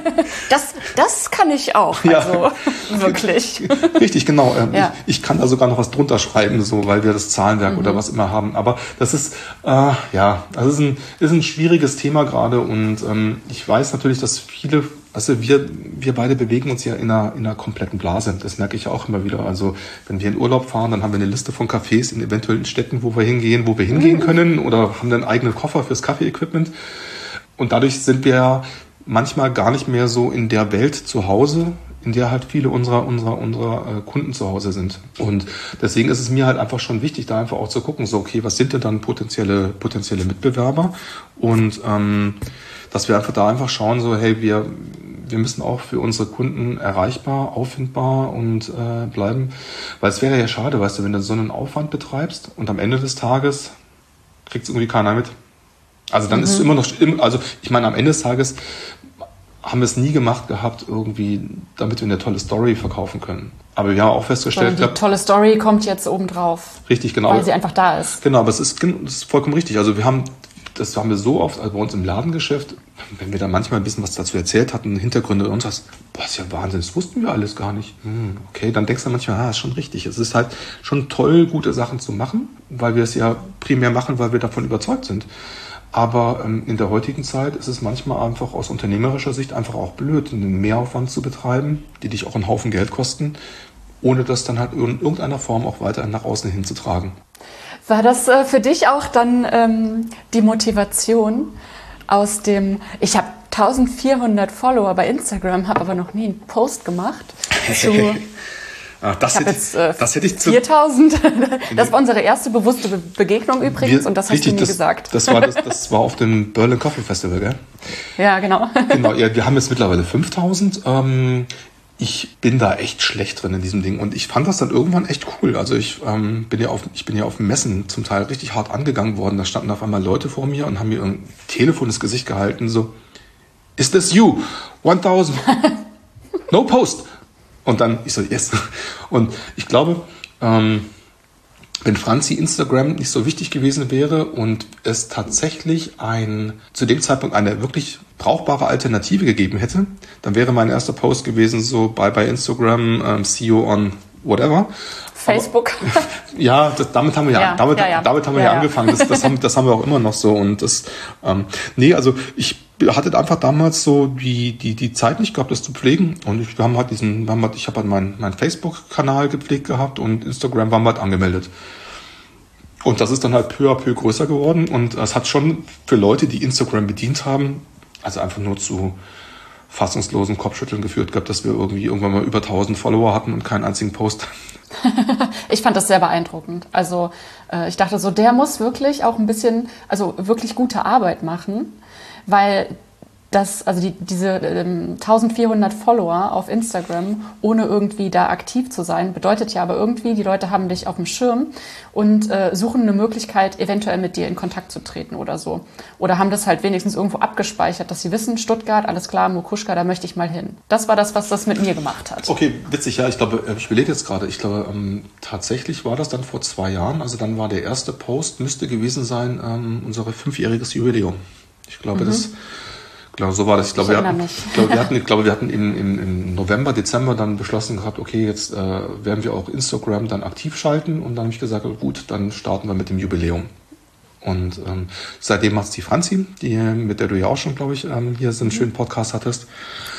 das, das kann ich auch, also ja. Wirklich. Richtig, genau. Ja. Ich, ich kann da sogar noch was drunter schreiben, so, weil wir das Zahlenwerk mhm. oder was immer haben. Aber das ist, äh, ja, das ist ein, ist ein schwieriges Thema gerade und ähm, ich weiß natürlich, dass viele, also wir, wir beide bewegen uns ja in einer, in einer kompletten Blase. Das merke ich auch immer wieder. Also wenn wir in Urlaub fahren, dann haben wir eine Liste von Cafés in eventuellen Städten, wo wir hingehen, wo wir hingehen können oder haben dann einen eigenen Koffer fürs Kaffee-Equipment. Und dadurch sind wir manchmal gar nicht mehr so in der Welt zu Hause, in der halt viele unserer, unserer, unserer Kunden zu Hause sind. Und deswegen ist es mir halt einfach schon wichtig, da einfach auch zu gucken, so okay, was sind denn dann potenzielle, potenzielle Mitbewerber? Und ähm, dass wir einfach da einfach schauen, so hey, wir, wir müssen auch für unsere Kunden erreichbar, auffindbar und äh, bleiben. Weil es wäre ja schade, weißt du, wenn du so einen Aufwand betreibst und am Ende des Tages kriegt es irgendwie keiner mit. Also dann mhm. ist es immer noch, also ich meine, am Ende des Tages haben wir es nie gemacht gehabt, irgendwie, damit wir eine tolle Story verkaufen können. Aber wir haben auch festgestellt... Die glaub, tolle Story kommt jetzt obendrauf. Richtig, genau. Weil sie einfach da ist. Genau, aber es ist, das ist vollkommen richtig. Also wir haben, das haben wir so oft, also bei uns im Ladengeschäft, wenn wir da manchmal ein bisschen was dazu erzählt hatten, Hintergründe und uns, boah, ist ja Wahnsinn, das wussten wir alles gar nicht. Hm, okay, dann denkst du manchmal, ah, ist schon richtig. Es ist halt schon toll, gute Sachen zu machen, weil wir es ja primär machen, weil wir davon überzeugt sind. Aber ähm, in der heutigen Zeit ist es manchmal einfach aus unternehmerischer Sicht einfach auch blöd, einen Mehraufwand zu betreiben, die dich auch einen Haufen Geld kosten, ohne das dann halt in irgendeiner Form auch weiter nach außen hinzutragen. War das äh, für dich auch dann ähm, die Motivation aus dem, ich habe eintausendvierhundert Follower bei Instagram, habe aber noch nie einen Post gemacht zu... Ach, das, ich hätte, jetzt, äh, das hätte ich zu viertausend. Das war unsere erste bewusste Be- Begegnung übrigens wir, und das richtig, hast du mir das, gesagt. Das war, das, das war auf dem Berlin Coffee Festival, gell? Ja, genau. Genau, ja, wir haben jetzt mittlerweile fünftausend. Ähm, ich bin da echt schlecht drin in diesem Ding und ich fand das dann irgendwann echt cool. Also ich ähm, bin ja auf, ich bin ja auf Messen zum Teil richtig hart angegangen worden. Da standen auf einmal Leute vor mir und haben mir ein Telefon ins Gesicht gehalten, so, is this you? tausend. No post. Und dann, ich so, yes. Und ich glaube, ähm, wenn Franzi Instagram nicht so wichtig gewesen wäre und es tatsächlich ein, zu dem Zeitpunkt eine wirklich brauchbare Alternative gegeben hätte, dann wäre mein erster Post gewesen, so, bye bye Instagram, um, see you on whatever. Facebook. Aber, ja, das, damit haben wir ja, ja, damit, ja, ja. damit haben wir ja, ja angefangen. Das, das, haben, das haben wir auch immer noch so. Und das, ähm, nee, also ich hatte einfach damals so die, die, die Zeit nicht gehabt, das zu pflegen. Und ich, wir haben halt diesen, wir haben halt, ich habe halt meinen, meinen Facebook-Kanal gepflegt gehabt und Instagram waren wir halt angemeldet. Und das ist dann halt peu à peu größer geworden. Und es hat schon für Leute, die Instagram bedient haben, also einfach nur zu fassungslosen Kopfschütteln geführt gehabt, dass wir irgendwie irgendwann mal über tausend Follower hatten und keinen einzigen Post. Ich fand das sehr beeindruckend. Also äh, ich dachte so, der muss wirklich auch ein bisschen, also wirklich gute Arbeit machen, weil das, also die, diese ähm, eintausendvierhundert Follower auf Instagram, ohne irgendwie da aktiv zu sein, bedeutet ja aber irgendwie, die Leute haben dich auf dem Schirm und äh, suchen eine Möglichkeit, eventuell mit dir in Kontakt zu treten oder so. Oder haben das halt wenigstens irgendwo abgespeichert, dass sie wissen, Stuttgart, alles klar, Mokuschka, da möchte ich mal hin. Das war das, was das mit mir gemacht hat. Okay, witzig, ja, ich glaube, ich überlege jetzt gerade, ich glaube, ähm, tatsächlich war das dann vor zwei Jahren, also dann war der erste Post, müsste gewesen sein, ähm, unser fünfjähriges Jubiläum. Ich glaube, mhm. das... Genau, so war das. Ich glaube, ich wir, hatten, ich glaube, wir hatten, ich glaube, wir hatten im, im, im November, Dezember dann beschlossen gehabt, okay, jetzt äh, werden wir auch Instagram dann aktiv schalten. Und dann habe ich gesagt, gut, dann starten wir mit dem Jubiläum. Und ähm, seitdem macht es die Franzi, die, mit der du ja auch schon, glaube ich, ähm, hier so einen schönen Podcast hattest.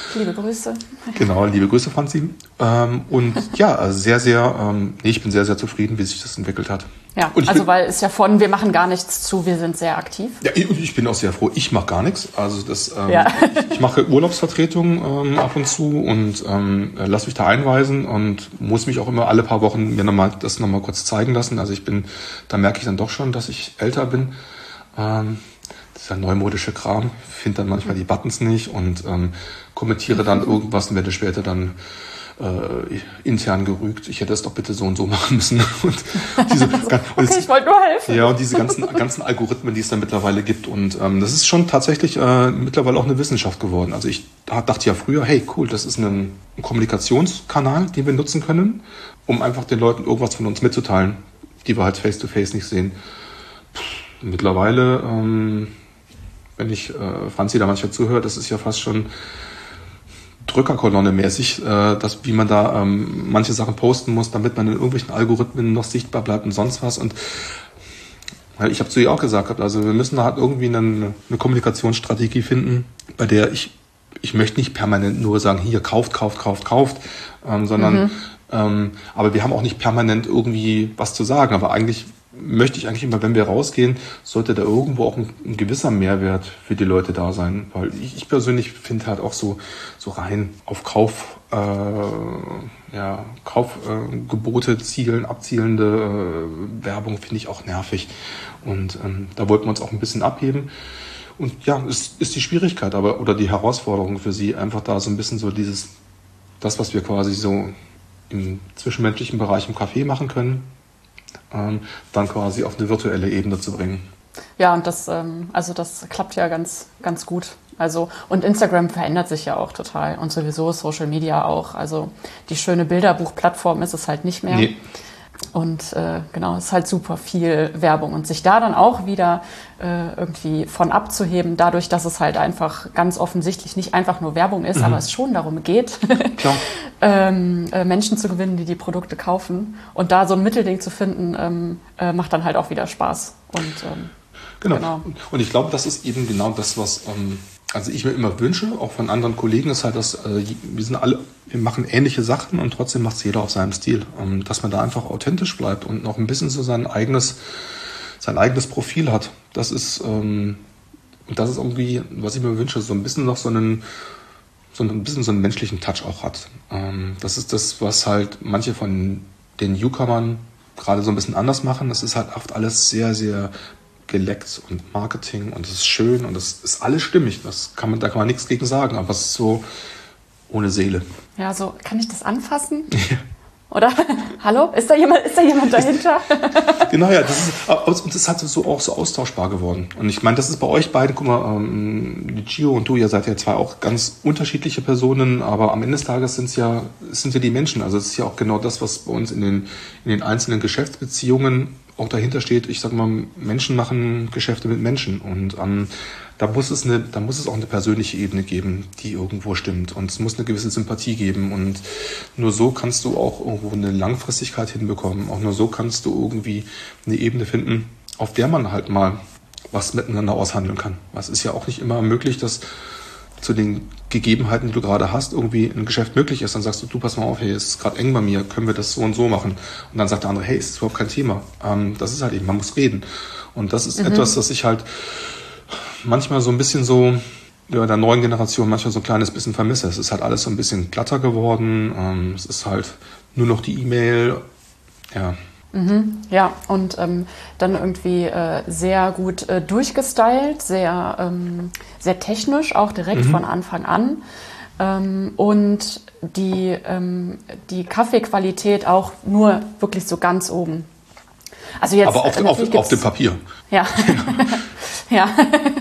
Liebe Grüße. Genau, liebe Grüße, Franzi. Ähm, und ja, also sehr, sehr, ähm, nee, ich bin sehr, sehr zufrieden, wie sich das entwickelt hat. Ja, und also bin, weil es ja von, wir machen gar nichts zu, wir sind sehr aktiv. Ja, und ich bin auch sehr froh, ich mache gar nichts. Also das, ähm, ja. ich, ich mache Urlaubsvertretung ähm, ab und zu und ähm, lasse mich da einweisen und muss mich auch immer alle paar Wochen mir nochmal das nochmal kurz zeigen lassen. Also ich bin, da merke ich dann doch schon, dass ich älter bin. Ähm, dieser neumodische Kram, finde dann manchmal die Buttons nicht und ähm, kommentiere dann irgendwas und werde später dann äh, intern gerügt. Ich hätte es doch bitte so und so machen müssen. Und diese, also, okay, und ich wollte nur helfen. Ja, und diese ganzen, ganzen Algorithmen, die es da mittlerweile gibt. Und ähm, das ist schon tatsächlich äh, mittlerweile auch eine Wissenschaft geworden. Also ich dachte ja früher, hey cool, das ist ein, ein Kommunikationskanal, den wir nutzen können, um einfach den Leuten irgendwas von uns mitzuteilen, die wir halt face-to-face nicht sehen. Pff, mittlerweile, ähm, wenn ich äh, Franzi da manchmal zuhöre, das ist ja fast schon Drückerkolonne mäßig, äh, dass, wie man da ähm, manche Sachen posten muss, damit man in irgendwelchen Algorithmen noch sichtbar bleibt und sonst was. Und ja, ich habe zu ihr auch gesagt, also wir müssen da halt irgendwie eine, eine Kommunikationsstrategie finden, bei der ich, ich möchte nicht permanent nur sagen, hier, kauft, kauft, kauft, kauft, ähm, sondern, mhm. ähm, aber wir haben auch nicht permanent irgendwie was zu sagen, aber eigentlich möchte ich eigentlich immer, wenn wir rausgehen, sollte da irgendwo auch ein, ein gewisser Mehrwert für die Leute da sein. Weil ich, ich persönlich finde halt auch so, so rein auf Kauf, äh, ja, Kaufgebote äh, zielen, abzielende äh, Werbung finde ich auch nervig. Und ähm, da wollten wir uns auch ein bisschen abheben. Und ja, es ist die Schwierigkeit, aber oder die Herausforderung für sie, einfach da so ein bisschen so dieses, das, was wir quasi so im zwischenmenschlichen Bereich im Café machen können, Ähm, dann quasi auf eine virtuelle Ebene zu bringen. Ja, und das, ähm, also das klappt ja ganz, ganz gut. Also, und Instagram verändert sich ja auch total und sowieso Social Media auch. Also die schöne Bilderbuchplattform ist es halt nicht mehr. Nee. Und äh, genau, es ist halt super viel Werbung und sich da dann auch wieder äh, irgendwie von abzuheben, dadurch, dass es halt einfach ganz offensichtlich nicht einfach nur Werbung ist, mhm. aber es schon darum geht, ähm, äh, Menschen zu gewinnen, die die Produkte kaufen. Und da so ein Mittelding zu finden, ähm, äh, macht dann halt auch wieder Spaß. Und, ähm, genau. genau. Und ich glaube, das ist eben genau das, was ähm, also ich mir immer wünsche, auch von anderen Kollegen, ist halt, dass äh, wir sind alle, wir machen ähnliche Sachen und trotzdem macht es jeder auf seinem Stil. Ähm, dass man da einfach authentisch bleibt und noch ein bisschen so sein eigenes, sein eigenes Profil hat. Das ist, ähm, und das ist irgendwie, was ich mir wünsche, so ein bisschen noch so einen, so ein bisschen so einen menschlichen Touch auch hat. Ähm, das ist das, was halt manche von den Newcomern gerade so ein bisschen anders machen. Das ist halt oft alles sehr, sehr geleckt und Marketing und es ist schön und es ist alles stimmig. Das kann man, da kann man nichts gegen sagen, aber es ist so ohne Seele. Ja, so, kann ich das anfassen? Ja. Oder? Hallo? Ist da jemand, ist da jemand dahinter? Genau, ja, das ist, und das hat so auch so austauschbar geworden. Und ich meine, das ist bei euch beiden, guck mal, ähm, die Gio und du, ihr seid ja zwar auch ganz unterschiedliche Personen, aber am Ende des Tages sind's ja, sind ja die Menschen. Also es ist ja auch genau das, was bei uns in den, in den einzelnen Geschäftsbeziehungen auch dahinter steht. Ich sag mal, Menschen machen Geschäfte mit Menschen und ähm, da muss es eine, da muss es auch eine persönliche Ebene geben, die irgendwo stimmt und es muss eine gewisse Sympathie geben und nur so kannst du auch irgendwo eine Langfristigkeit hinbekommen. Auch nur so kannst du irgendwie eine Ebene finden, auf der man halt mal was miteinander aushandeln kann. Es ist ja auch nicht immer möglich, dass zu den Gegebenheiten, die du gerade hast, irgendwie ein Geschäft möglich ist. Dann sagst du, du, pass mal auf, hey, es ist gerade eng bei mir, können wir das so und so machen? Und dann sagt der andere, hey, es ist überhaupt kein Thema. Ähm, das ist halt eben, man muss reden. Und das ist mhm. etwas, das ich halt manchmal so ein bisschen so, ja, der neuen Generation manchmal so ein kleines bisschen vermisse. Es ist halt alles so ein bisschen glatter geworden. Ähm, es ist halt nur noch die E-Mail, ja. Mhm, ja, und ähm, dann irgendwie äh, sehr gut äh, durchgestylt, sehr, ähm, sehr technisch, auch direkt mhm. von Anfang an. Ähm, und die, ähm, die Kaffeequalität auch nur wirklich so ganz oben. Also jetzt, aber auf, äh, auf, auf dem Papier. Ja, ja.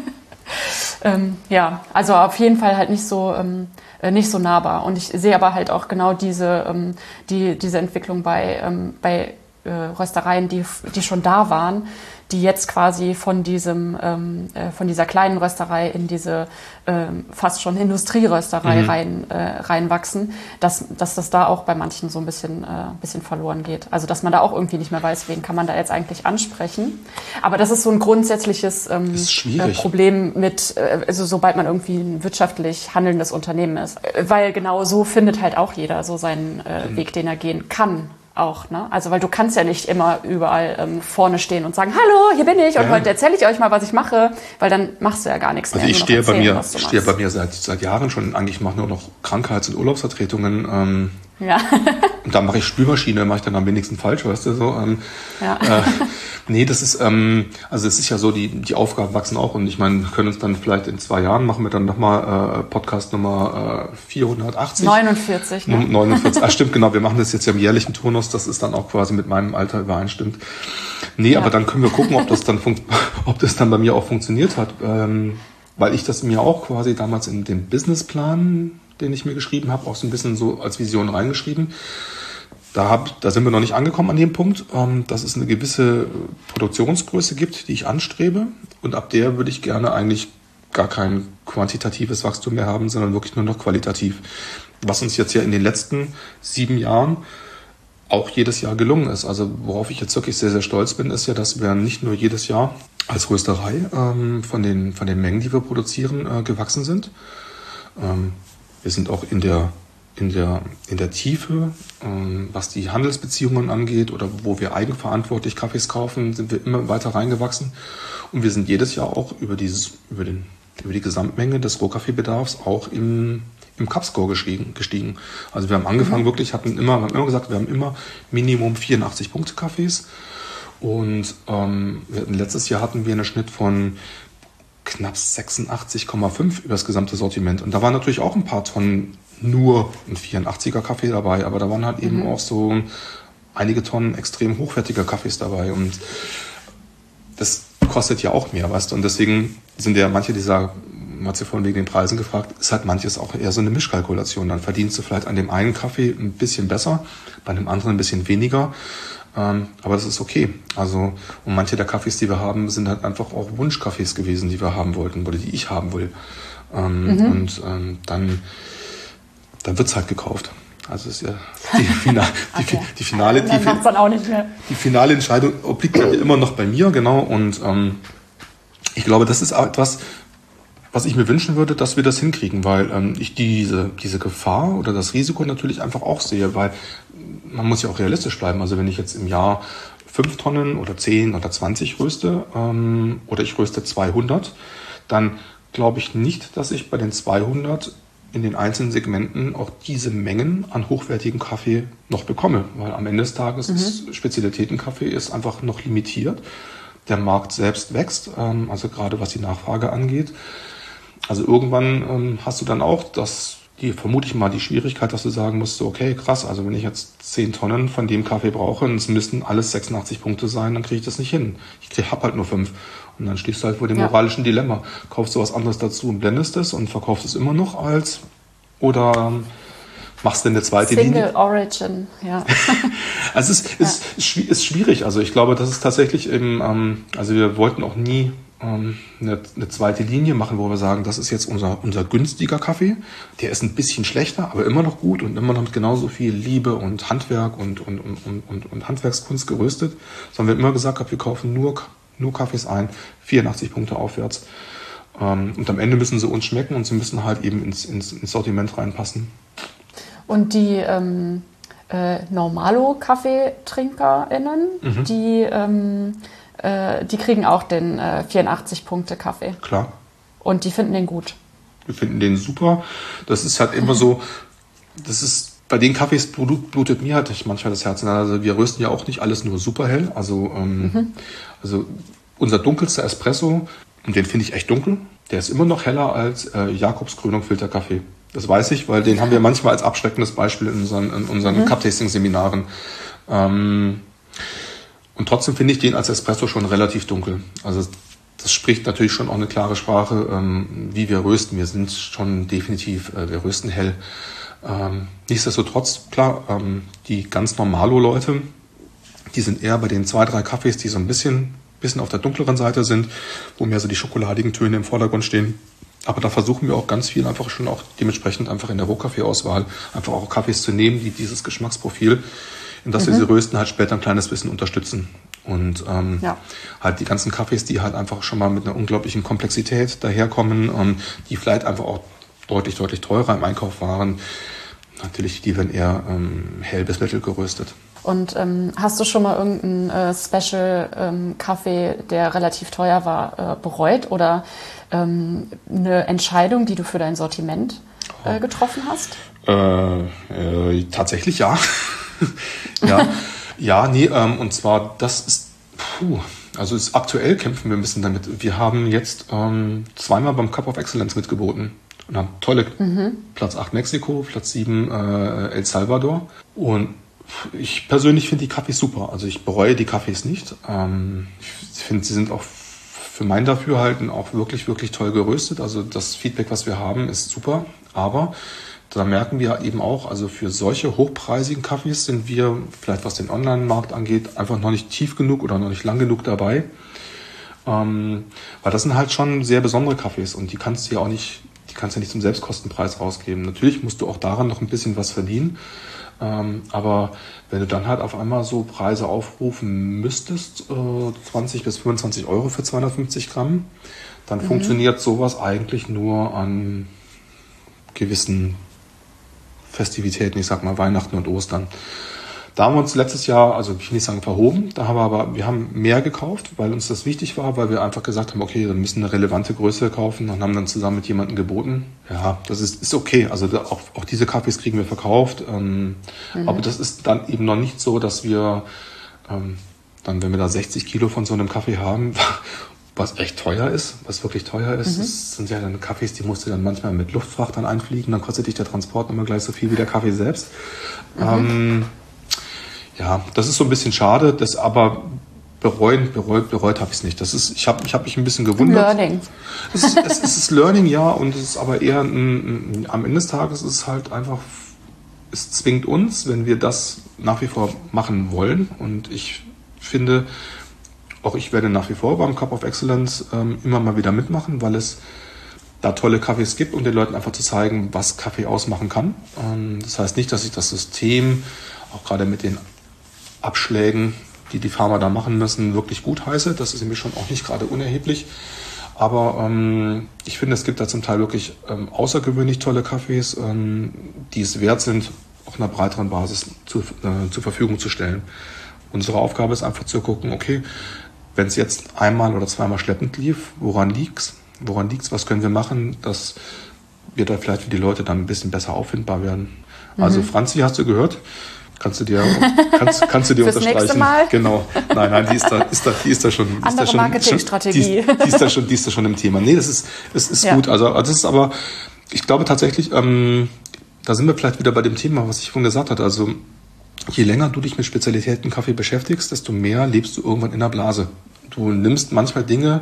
ähm, ja, also auf jeden Fall halt nicht so... Ähm, nicht so nahbar. Und ich sehe aber halt auch genau diese, ähm, die, diese Entwicklung bei, ähm, bei äh, Röstereien, die, die schon da waren, die jetzt quasi von diesem ähm, äh, von dieser kleinen Rösterei in diese ähm, fast schon Industrierösterei mhm. rein äh, reinwachsen, dass dass das da auch bei manchen so ein bisschen äh, bisschen verloren geht. Also dass man da auch irgendwie nicht mehr weiß, wen kann man da jetzt eigentlich ansprechen. Aber das ist so ein grundsätzliches ähm, äh, Problem mit, äh, also sobald man irgendwie ein wirtschaftlich handelndes Unternehmen ist, weil genau so findet halt auch jeder so seinen äh, mhm. Weg, den er gehen kann. Auch, ne? Also weil du kannst ja nicht immer überall ähm, vorne stehen und sagen, hallo, hier bin ich und ja. heute erzähle ich euch mal, was ich mache, weil dann machst du ja gar nichts also mehr. Ich stehe bei mir, ich stehe bei mir seit seit Jahren schon, eigentlich mache nur noch Krankheits- und Urlaubsvertretungen. Ähm, ja. Und da mache ich Spülmaschine, mache ich dann am wenigsten falsch, weißt du so. Ähm, ja. äh, nee, das ist, ähm, also es ist ja so, die die Aufgaben wachsen auch und ich meine, wir können uns dann vielleicht in zwei Jahren machen wir dann nochmal äh, Podcast Nummer äh, vierhundertachtzig. neunundvierzig, ne? neunundvierzig, ah stimmt, genau, wir machen das jetzt ja im jährlichen Turnus, das ist dann auch quasi mit meinem Alter übereinstimmt. Nee, ja. aber dann können wir gucken, ob das dann funkt, ob das dann bei mir auch funktioniert hat, ähm, weil ich das mir auch quasi damals in dem Businessplan, den ich mir geschrieben habe, auch so ein bisschen so als Vision reingeschrieben. Da, hab, da sind wir noch nicht angekommen an dem Punkt, ähm, dass es eine gewisse Produktionsgröße gibt, die ich anstrebe. Und ab der würde ich gerne eigentlich gar kein quantitatives Wachstum mehr haben, sondern wirklich nur noch qualitativ. Was uns jetzt ja in den letzten sieben Jahren auch jedes Jahr gelungen ist. Also worauf ich jetzt wirklich sehr, sehr stolz bin, ist ja, dass wir nicht nur jedes Jahr als Rösterei ähm, von den, von den Mengen, die wir produzieren, äh, gewachsen sind. Ähm, wir sind auch in der in der, in der Tiefe, ähm, was die Handelsbeziehungen angeht oder wo wir eigenverantwortlich Kaffees kaufen, sind wir immer weiter reingewachsen. Und wir sind jedes Jahr auch über, dieses, über, den, über die Gesamtmenge des Rohkaffeebedarfs auch im, im Cup-Score gestiegen, gestiegen. Also wir haben angefangen, mhm. wirklich, hatten immer, wir haben immer gesagt, wir haben immer Minimum vierundachtzig Punkte Kaffees. Und ähm, wir hatten, letztes Jahr hatten wir einen Schnitt von knapp sechsundachtzig Komma fünf über das gesamte Sortiment. Und da waren natürlich auch ein paar Tonnen nur ein vierendachtziger Kaffee dabei, aber da waren halt eben mhm. auch so einige Tonnen extrem hochwertiger Kaffees dabei und das kostet ja auch mehr, weißt du, und deswegen sind ja manche dieser, man hat ja vorhin wegen den Preisen gefragt, ist halt manches auch eher so eine Mischkalkulation, dann verdienst du vielleicht an dem einen Kaffee ein bisschen besser, bei dem anderen ein bisschen weniger, ähm, aber das ist okay, also und manche der Kaffees, die wir haben, sind halt einfach auch Wunschkaffees gewesen, die wir haben wollten oder die ich haben will ähm, mhm. und ähm, dann dann wird's halt gekauft. Also ist ja die, Fina- die, okay. die finale, die, dann dann auch nicht mehr. die finale Entscheidung obliegt ja immer noch bei mir, genau. Und ähm, ich glaube, das ist etwas, was ich mir wünschen würde, dass wir das hinkriegen, weil ähm, ich diese diese Gefahr oder das Risiko natürlich einfach auch sehe, weil man muss ja auch realistisch bleiben. Also wenn ich jetzt im Jahr fünf Tonnen oder zehn oder zwanzig röste ähm, oder ich röste zweihundert, dann glaube ich nicht, dass ich bei den zweihundert in den einzelnen Segmenten auch diese Mengen an hochwertigem Kaffee noch bekomme. Weil am Ende des Tages mhm. ist Spezialitätenkaffee ist einfach noch limitiert. Der Markt selbst wächst, ähm, also gerade was die Nachfrage angeht. Also irgendwann ähm, hast du dann auch das, die vermute ich mal, die Schwierigkeit, dass du sagen musst, okay, krass, also wenn ich jetzt zehn Tonnen von dem Kaffee brauche und es müssten alles sechsundachtzig Punkte sein, dann kriege ich das nicht hin. Ich krieg, hab halt nur fünf. Und dann stehst du halt vor dem ja. moralischen Dilemma. Kaufst du was anderes dazu und blendest es und verkaufst es immer noch als oder machst du eine zweite Single Linie? Single Origin, ja. Also es ist, ja. ist, ist schwierig. Also ich glaube, das ist tatsächlich eben, ähm, also wir wollten auch nie ähm, eine, eine zweite Linie machen, wo wir sagen, das ist jetzt unser, unser günstiger Kaffee. Der ist ein bisschen schlechter, aber immer noch gut und immer noch mit genauso viel Liebe und Handwerk und, und, und, und, und Handwerkskunst geröstet. Sondern wir haben immer gesagt, wir kaufen nur nur Kaffees ein, vierundachtzig Punkte aufwärts. Ähm, und am Ende müssen sie uns schmecken und sie müssen halt eben ins, ins, ins Sortiment reinpassen. Und die ähm, äh, Normalo-KaffeetrinkerInnen, mhm. die, ähm, äh, die kriegen auch den äh, vierundachtzig Punkte Kaffee. Klar. Und die finden den gut. Wir finden den super. Das ist halt immer so, das ist bei den Kaffees blut, blutet mir halt manchmal das Herz. Also wir rösten ja auch nicht alles nur super hell. Also, ähm, mhm. also unser dunkelster Espresso, und den finde ich echt dunkel, der ist immer noch heller als äh, Jakobs Krönung Filterkaffee. Das weiß ich, weil den haben wir manchmal als abschreckendes Beispiel in unseren, in unseren mhm. Cup-Tasting-Seminaren. Ähm, und trotzdem finde ich den als Espresso schon relativ dunkel. Also das spricht natürlich schon auch eine klare Sprache, ähm, wie wir rösten. Wir sind schon definitiv, äh, wir rösten hell. Ähm, nichtsdestotrotz, klar, ähm, die ganz Normalo-Leute, Die sind eher bei den zwei, drei Kaffees, die so ein bisschen, bisschen auf der dunkleren Seite sind, wo mehr so die schokoladigen Töne im Vordergrund stehen. Aber da versuchen wir auch ganz viel einfach schon auch dementsprechend einfach in der Rohkaffeeauswahl einfach auch Kaffees zu nehmen, die dieses Geschmacksprofil, in das mhm. wir sie rösten, halt später ein kleines bisschen unterstützen. Und ähm, ja. halt die ganzen Kaffees, die halt einfach schon mal mit einer unglaublichen Komplexität daherkommen, ähm, die vielleicht einfach auch deutlich, deutlich teurer im Einkauf waren. Natürlich, die werden eher ähm, hell bis mittel geröstet. Und ähm, hast du schon mal irgendeinen äh, Special-Kaffee, ähm, der relativ teuer war, äh, bereut? Oder ähm, eine Entscheidung, die du für dein Sortiment äh, getroffen hast? Äh, äh, tatsächlich ja. ja. Ja, nee, ähm, und zwar, das ist, puh, also ist, aktuell kämpfen wir ein bisschen damit. Wir haben jetzt ähm, zweimal beim Cup of Excellence mitgeboten und haben tolle mhm. Platz acht Mexiko, Platz sieben äh, El Salvador. Und ich persönlich finde die Kaffees super. Also ich bereue die Kaffees nicht. Ähm, ich finde, sie sind auch für mein Dafürhalten auch wirklich, wirklich toll geröstet. Also das Feedback, was wir haben, ist super. Aber da merken wir eben auch, also für solche hochpreisigen Kaffees sind wir, vielleicht was den Online-Markt angeht, einfach noch nicht tief genug oder noch nicht lang genug dabei. Ähm, weil das sind halt schon sehr besondere Kaffees und die kannst du ja auch nicht, die kannst du ja nicht zum Selbstkostenpreis rausgeben. Natürlich musst du auch daran noch ein bisschen was verdienen. Ähm, aber wenn du dann halt auf einmal so Preise aufrufen müsstest, äh, zwanzig bis fünfundzwanzig Euro für zweihundertfünfzig Gramm, dann mhm. funktioniert sowas eigentlich nur an gewissen Festivitäten, ich sag mal Weihnachten und Ostern. Da haben wir uns letztes Jahr, also ich will nicht sagen verhoben, da haben wir aber, wir haben mehr gekauft, weil uns das wichtig war, weil wir einfach gesagt haben, okay, wir müssen eine relevante Größe kaufen und haben dann zusammen mit jemandem geboten. Ja, das ist, ist okay, also da, auch, auch diese Kaffees kriegen wir verkauft, ähm, mhm. aber das ist dann eben noch nicht so, dass wir ähm, dann, wenn wir da sechzig Kilo von so einem Kaffee haben, was echt teuer ist, was wirklich teuer ist, mhm. das sind ja dann Kaffees, die musst du dann manchmal mit Luftfrachtern einfliegen, dann kostet dich der Transport immer gleich so viel wie der Kaffee selbst. Mhm. Ähm, ja, das ist so ein bisschen schade, das aber bereuen, bereut, bereut habe ich es nicht. Das ist, ich habe ich hab mich ein bisschen gewundert. Learning. Es ist, es ist Learning, ja, und es ist aber eher ein, ein, am Ende des Tages ist es halt einfach, es zwingt uns, wenn wir das nach wie vor machen wollen, und ich finde, auch ich werde nach wie vor beim Cup of Excellence ähm, immer mal wieder mitmachen, weil es da tolle Kaffees gibt, um den Leuten einfach zu zeigen, was Kaffee ausmachen kann. Ähm, das heißt nicht, dass ich das System, auch gerade mit den Abschlägen, die die Farmer da machen müssen, wirklich gut heiße. Das ist nämlich schon auch nicht gerade unerheblich. Aber ähm, ich finde, es gibt da zum Teil wirklich ähm, außergewöhnlich tolle Kaffees, ähm, die es wert sind, auf einer breiteren Basis zu, äh, zur Verfügung zu stellen. Unsere Aufgabe ist einfach zu gucken, okay, wenn es jetzt einmal oder zweimal schleppend lief, woran liegt's? Woran liegt's? Was können wir machen, dass wir da vielleicht für die Leute dann ein bisschen besser auffindbar werden? Mhm. Also Franzi, hast du gehört? Kannst du dir, kannst, kannst du dir Fürs unterstreichen? Nächste Mal? Genau. Nein, nein, die ist da, ist da, die ist da schon, ist Andere da schon, Marketingstrategie. Die, die ist da schon, die ist da schon im Thema. Nee, das ist, es ist ja. gut. Also, das ist aber, ich glaube tatsächlich, ähm, da sind wir vielleicht wieder bei dem Thema, was ich vorhin gesagt hatte. Also, je länger du dich mit Spezialitätenkaffee beschäftigst, desto mehr lebst du irgendwann in der Blase. Du nimmst manchmal Dinge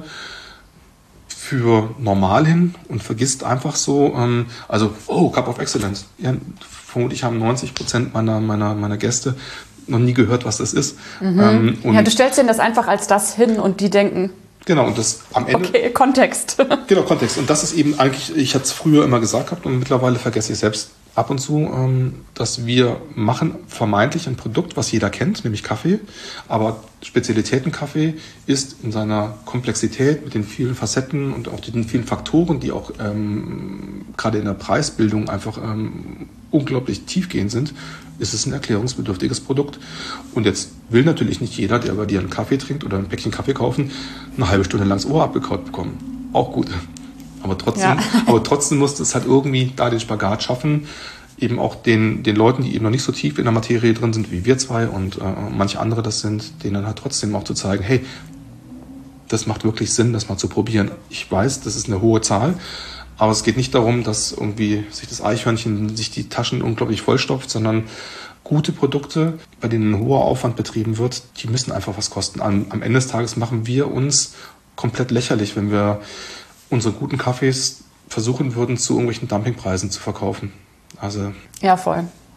für normal hin und vergisst einfach so, ähm, also, oh, Cup of Excellence. Ja, vermutlich haben neunzig Prozent meiner, meiner, meiner Gäste noch nie gehört, was das ist. Mhm. Ähm, und ja, du stellst denen das einfach als das hin und die denken... Genau, und das am Ende... Okay, Kontext. Genau, Kontext. Und das ist eben eigentlich, ich hatte es früher immer gesagt gehabt und mittlerweile vergesse ich selbst ab und zu, ähm, dass wir machen vermeintlich ein Produkt, was jeder kennt, nämlich Kaffee. Aber Spezialitätenkaffee ist in seiner Komplexität mit den vielen Facetten und auch den vielen Faktoren, die auch ähm, gerade in der Preisbildung einfach ähm, unglaublich tiefgehend sind, ist es ein erklärungsbedürftiges Produkt. Und jetzt will natürlich nicht jeder, der bei dir einen Kaffee trinkt oder ein Päckchen Kaffee kaufen, eine halbe Stunde lang das Ohr abgekaut bekommen. Auch gut. Aber trotzdem, ja. aber trotzdem musst du es halt irgendwie da den Spagat schaffen, eben auch den, den Leuten, die eben noch nicht so tief in der Materie drin sind, wie wir zwei und äh, manche andere das sind, denen dann halt trotzdem auch zu zeigen, hey, das macht wirklich Sinn, das mal zu probieren. Ich weiß, das ist eine hohe Zahl, aber es geht nicht darum, dass irgendwie sich das Eichhörnchen sich die Taschen unglaublich vollstopft, sondern gute Produkte, bei denen ein hoher Aufwand betrieben wird, die müssen einfach was kosten. Am, am Ende des Tages machen wir uns komplett lächerlich, wenn wir unsere guten Kaffees versuchen würden, zu irgendwelchen Dumpingpreisen zu verkaufen. Also ja, voll.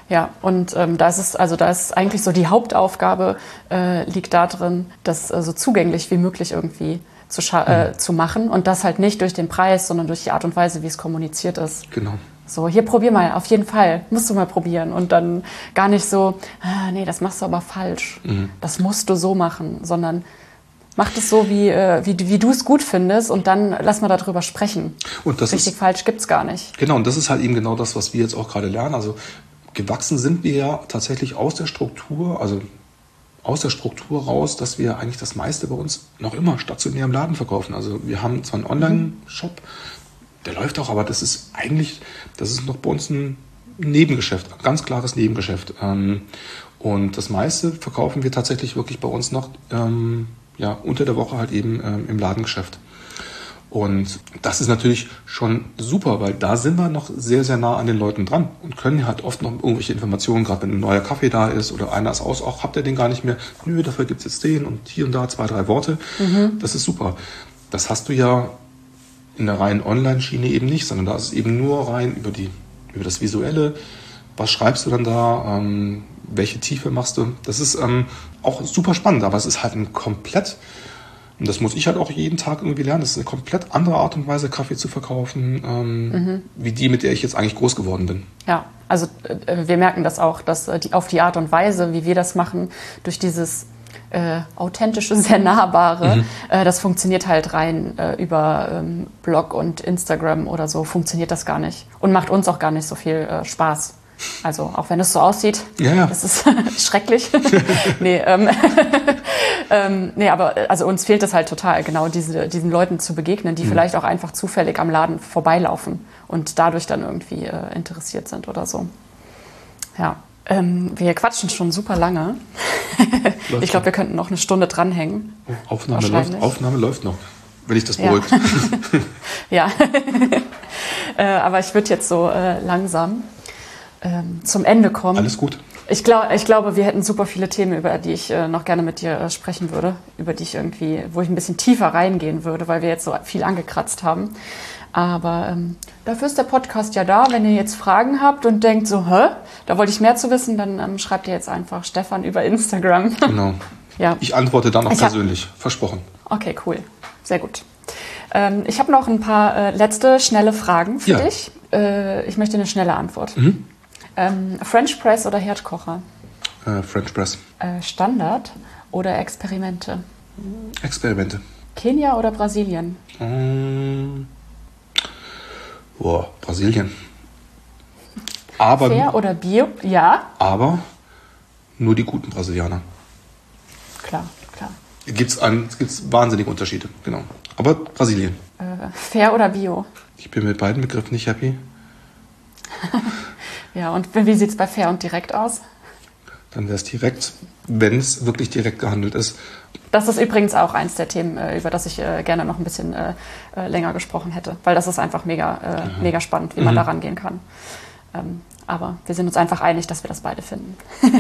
Ja, und ähm, da ist es, also da ist eigentlich so die Hauptaufgabe äh, liegt darin, das äh, so zugänglich wie möglich irgendwie zu, scha- äh, zu machen und das halt nicht durch den Preis, sondern durch die Art und Weise, wie es kommuniziert ist. Genau. So, hier probier mal, auf jeden Fall, musst du mal probieren und dann gar nicht so, ah, nee, das machst du aber falsch, mhm. das musst du so machen, sondern mach das so, wie, äh, wie, wie du es gut findest und dann lass mal darüber sprechen. Und das Richtig, ist, falsch gibt's gar nicht. Genau, und das ist halt eben genau das, was wir jetzt auch gerade lernen. Also gewachsen sind wir ja tatsächlich aus der Struktur, also aus der Struktur raus, dass wir eigentlich das meiste bei uns noch immer stationär im Laden verkaufen. Also wir haben zwar einen Online-Shop, der läuft auch, aber das ist eigentlich, das ist noch bei uns ein Nebengeschäft, ein ganz klares Nebengeschäft. Und das meiste verkaufen wir tatsächlich wirklich bei uns noch ja, unter der Woche halt eben im Ladengeschäft. Und das ist natürlich schon super, weil da sind wir noch sehr, sehr nah an den Leuten dran und können halt oft noch irgendwelche Informationen, gerade wenn ein neuer Kaffee da ist oder einer ist aus, auch habt ihr den gar nicht mehr, nö, dafür gibt's jetzt den und hier und da zwei, drei Worte. Mhm. Das ist super. Das hast du ja in der reinen Online-Schiene eben nicht, sondern da ist es eben nur rein über die, über das Visuelle. Was schreibst du dann da? Ähm, welche Tiefe machst du? Das ist ähm, auch super spannend, aber es ist halt ein komplett, und das muss ich halt auch jeden Tag irgendwie lernen, das ist eine komplett andere Art und Weise, Kaffee zu verkaufen, ähm, mhm. wie die, mit der ich jetzt eigentlich groß geworden bin. Ja, also äh, wir merken das auch, dass äh, die, auf die Art und Weise, wie wir das machen, durch dieses äh, authentische, sehr nahbare, mhm. äh, das funktioniert halt rein äh, über ähm, Blog und Instagram oder so, funktioniert das gar nicht und macht uns auch gar nicht so viel äh, Spaß. Also auch wenn es so aussieht, ja, ja. das ist schrecklich. nee, ähm, ähm, nee, aber also uns fehlt es halt total, genau diese, diesen Leuten zu begegnen, die mhm. vielleicht auch einfach zufällig am Laden vorbeilaufen und dadurch dann irgendwie äh, interessiert sind oder so. Ja, ähm, wir quatschen schon super lange. Ich glaube, wir könnten noch eine Stunde dranhängen. Oh, Aufnahme, läuft, Aufnahme läuft noch, wenn ich das beruhigt. Ja, äh, aber ich würde jetzt so äh, langsam Ähm, zum Ende kommen. Alles gut. Ich, glaub, ich glaube, wir hätten super viele Themen, über die ich äh, noch gerne mit dir äh, sprechen würde, über die ich irgendwie, wo ich ein bisschen tiefer reingehen würde, weil wir jetzt so viel angekratzt haben. Aber ähm, dafür ist der Podcast ja da. Wenn ihr jetzt Fragen habt und denkt so, hä, da wollte ich mehr zu wissen, dann ähm, schreibt ihr jetzt einfach Stefan über Instagram. Genau. Ja. Ich antworte dann auch ich persönlich, hab... versprochen. Okay, cool. Sehr gut. Ähm, ich habe noch ein paar äh, letzte, schnelle Fragen für ja. dich. Äh, ich möchte eine schnelle Antwort. Mhm. Ähm, French Press oder Herdkocher? Äh, French Press. Äh, Standard oder Experimente? Experimente. Kenia oder Brasilien? Ähm, boah, Brasilien. Aber, Fair oder Bio? Ja. Aber nur die guten Brasilianer. Klar, klar. Gibt's ein, gibt's wahnsinnige Unterschiede, genau. Aber Brasilien. Äh, fair oder Bio? Ich bin mit beiden Begriffen nicht happy. Ja, und wie sieht es bei fair und direkt aus? Dann wäre es direkt, wenn es wirklich direkt gehandelt ist. Das ist übrigens auch eins der Themen, über das ich gerne noch ein bisschen länger gesprochen hätte, weil das ist einfach mega, mhm. mega spannend, wie man mhm. da rangehen kann. Aber wir sind uns einfach einig, dass wir das beide finden.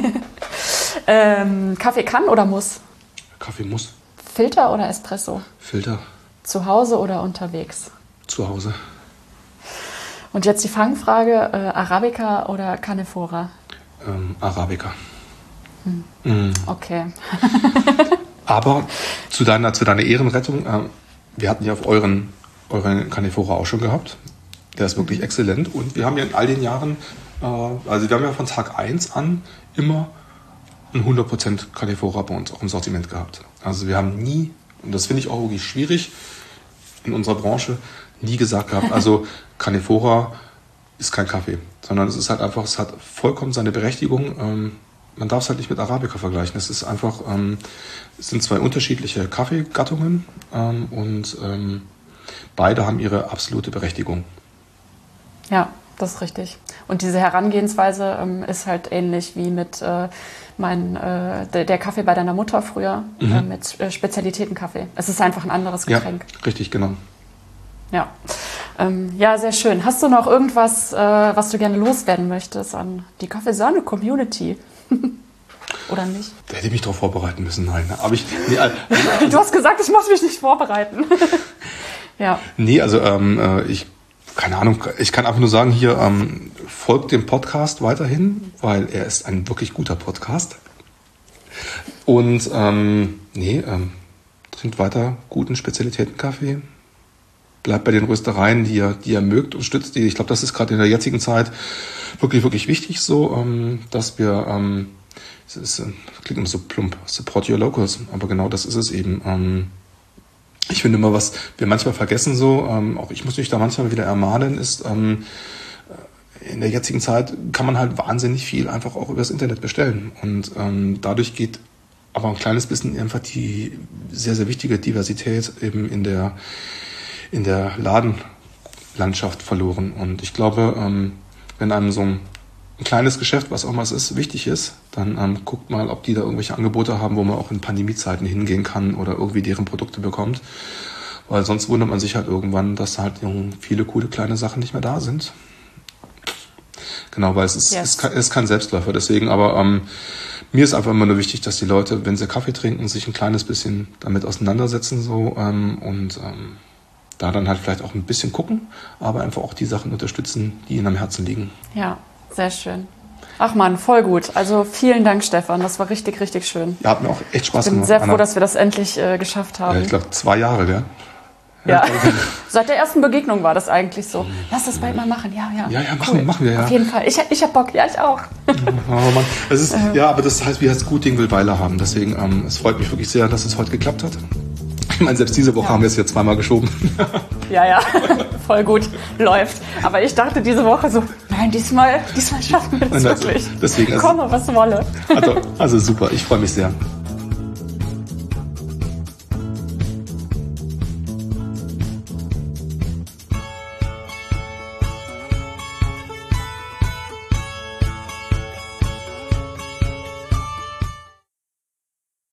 ähm, Kaffee kann oder muss? Kaffee muss. Filter oder Espresso? Filter. Zu Hause oder unterwegs? Zu Hause. Und jetzt die Fangfrage, äh, Arabica oder Canefora? Ähm, Arabica. Hm. Mm. Okay. Aber zu deiner, zu deiner Ehrenrettung, äh, wir hatten ja auf euren, euren Canefora auch schon gehabt. Der ist wirklich exzellent. Und wir haben ja in all den Jahren, äh, also wir haben ja von Tag eins an immer ein hundert Prozent Canefora bei uns auch im Sortiment gehabt. Also wir haben nie, und das finde ich auch wirklich schwierig in unserer Branche, nie gesagt gehabt, also Canefora ist kein Kaffee, sondern es ist halt einfach, es hat vollkommen seine Berechtigung. Ähm, man darf es halt nicht mit Arabica vergleichen. Es ist einfach, ähm, es sind zwei unterschiedliche Kaffeegattungen ähm, und ähm, beide haben ihre absolute Berechtigung. Ja, das ist richtig. Und diese Herangehensweise ähm, ist halt ähnlich wie mit äh, mein, äh, der, der Kaffee bei deiner Mutter früher, mhm. äh, mit äh, Spezialitätenkaffee. Es ist einfach ein anderes Getränk. Ja, richtig, genau. Ja. Ähm, ja, sehr schön. Hast du noch irgendwas, äh, was du gerne loswerden möchtest an die Kaffeesahne-Community? Oder nicht? Da hätte ich mich darauf vorbereiten müssen, nein. Aber ich, nee, also, du hast gesagt, ich muss mich nicht vorbereiten. Ja. Nee, also ähm, ich keine Ahnung, ich kann einfach nur sagen, hier ähm, folgt dem Podcast weiterhin, weil er ist ein wirklich guter Podcast. Und ähm, nee, ähm, trinkt weiter guten Spezialitätenkaffee. Bleibt bei den Röstereien, die ihr, die ihr mögt und stützt die. Ich glaube, das ist gerade in der jetzigen Zeit wirklich, wirklich wichtig so, ähm, dass wir, ähm, es ist, das klingt immer so plump, support your locals, aber genau das ist es eben. Ähm, ich finde immer, was wir manchmal vergessen so, ähm, auch ich muss mich da manchmal wieder ermahnen, ist, ähm, in der jetzigen Zeit kann man halt wahnsinnig viel einfach auch übers Internet bestellen. Und ähm, dadurch geht aber ein kleines bisschen einfach die sehr, sehr wichtige Diversität eben in der in der Ladenlandschaft verloren. Und ich glaube, ähm, wenn einem so ein, ein kleines Geschäft, was auch mal es ist, wichtig ist, dann ähm, guckt mal, ob die da irgendwelche Angebote haben, wo man auch in Pandemiezeiten hingehen kann oder irgendwie deren Produkte bekommt. Weil sonst wundert man sich halt irgendwann, dass halt viele coole kleine Sachen nicht mehr da sind. Genau, weil es ist, yes. es ist kein Selbstläufer. Deswegen, aber ähm, mir ist einfach immer nur wichtig, dass die Leute, wenn sie Kaffee trinken, sich ein kleines bisschen damit auseinandersetzen so ähm, und ähm, da dann halt vielleicht auch ein bisschen gucken, aber einfach auch die Sachen unterstützen, die ihnen am Herzen liegen. Ja, sehr schön. Ach man, voll gut. Also vielen Dank, Stefan. Das war richtig, richtig schön. Ja, hat mir auch echt Spaß gemacht. Ich bin sehr froh, Anna. dass wir das endlich äh, geschafft haben. Ja, ich glaube, zwei Jahre, gell? Ja, seit der ersten Begegnung war das eigentlich so. Lass das bald mal machen. Ja, ja. Ja, ja, machen, cool. machen wir, ja. Auf jeden Fall. Ich, ich hab Bock. Ja, ich auch. Oh, Mann. Das ist, ja, aber das heißt, wie heißt gut Ding will Weile haben. Deswegen, ähm, es freut mich wirklich sehr, dass es heute geklappt hat. Ich meine, selbst diese Woche ja. haben wir es jetzt zweimal geschoben. Ja, ja, voll gut, läuft. Aber ich dachte diese Woche so, nein, diesmal, diesmal schaffen wir das also, wirklich. Deswegen, also, komme, was wolle. Also, also super, ich freue mich sehr.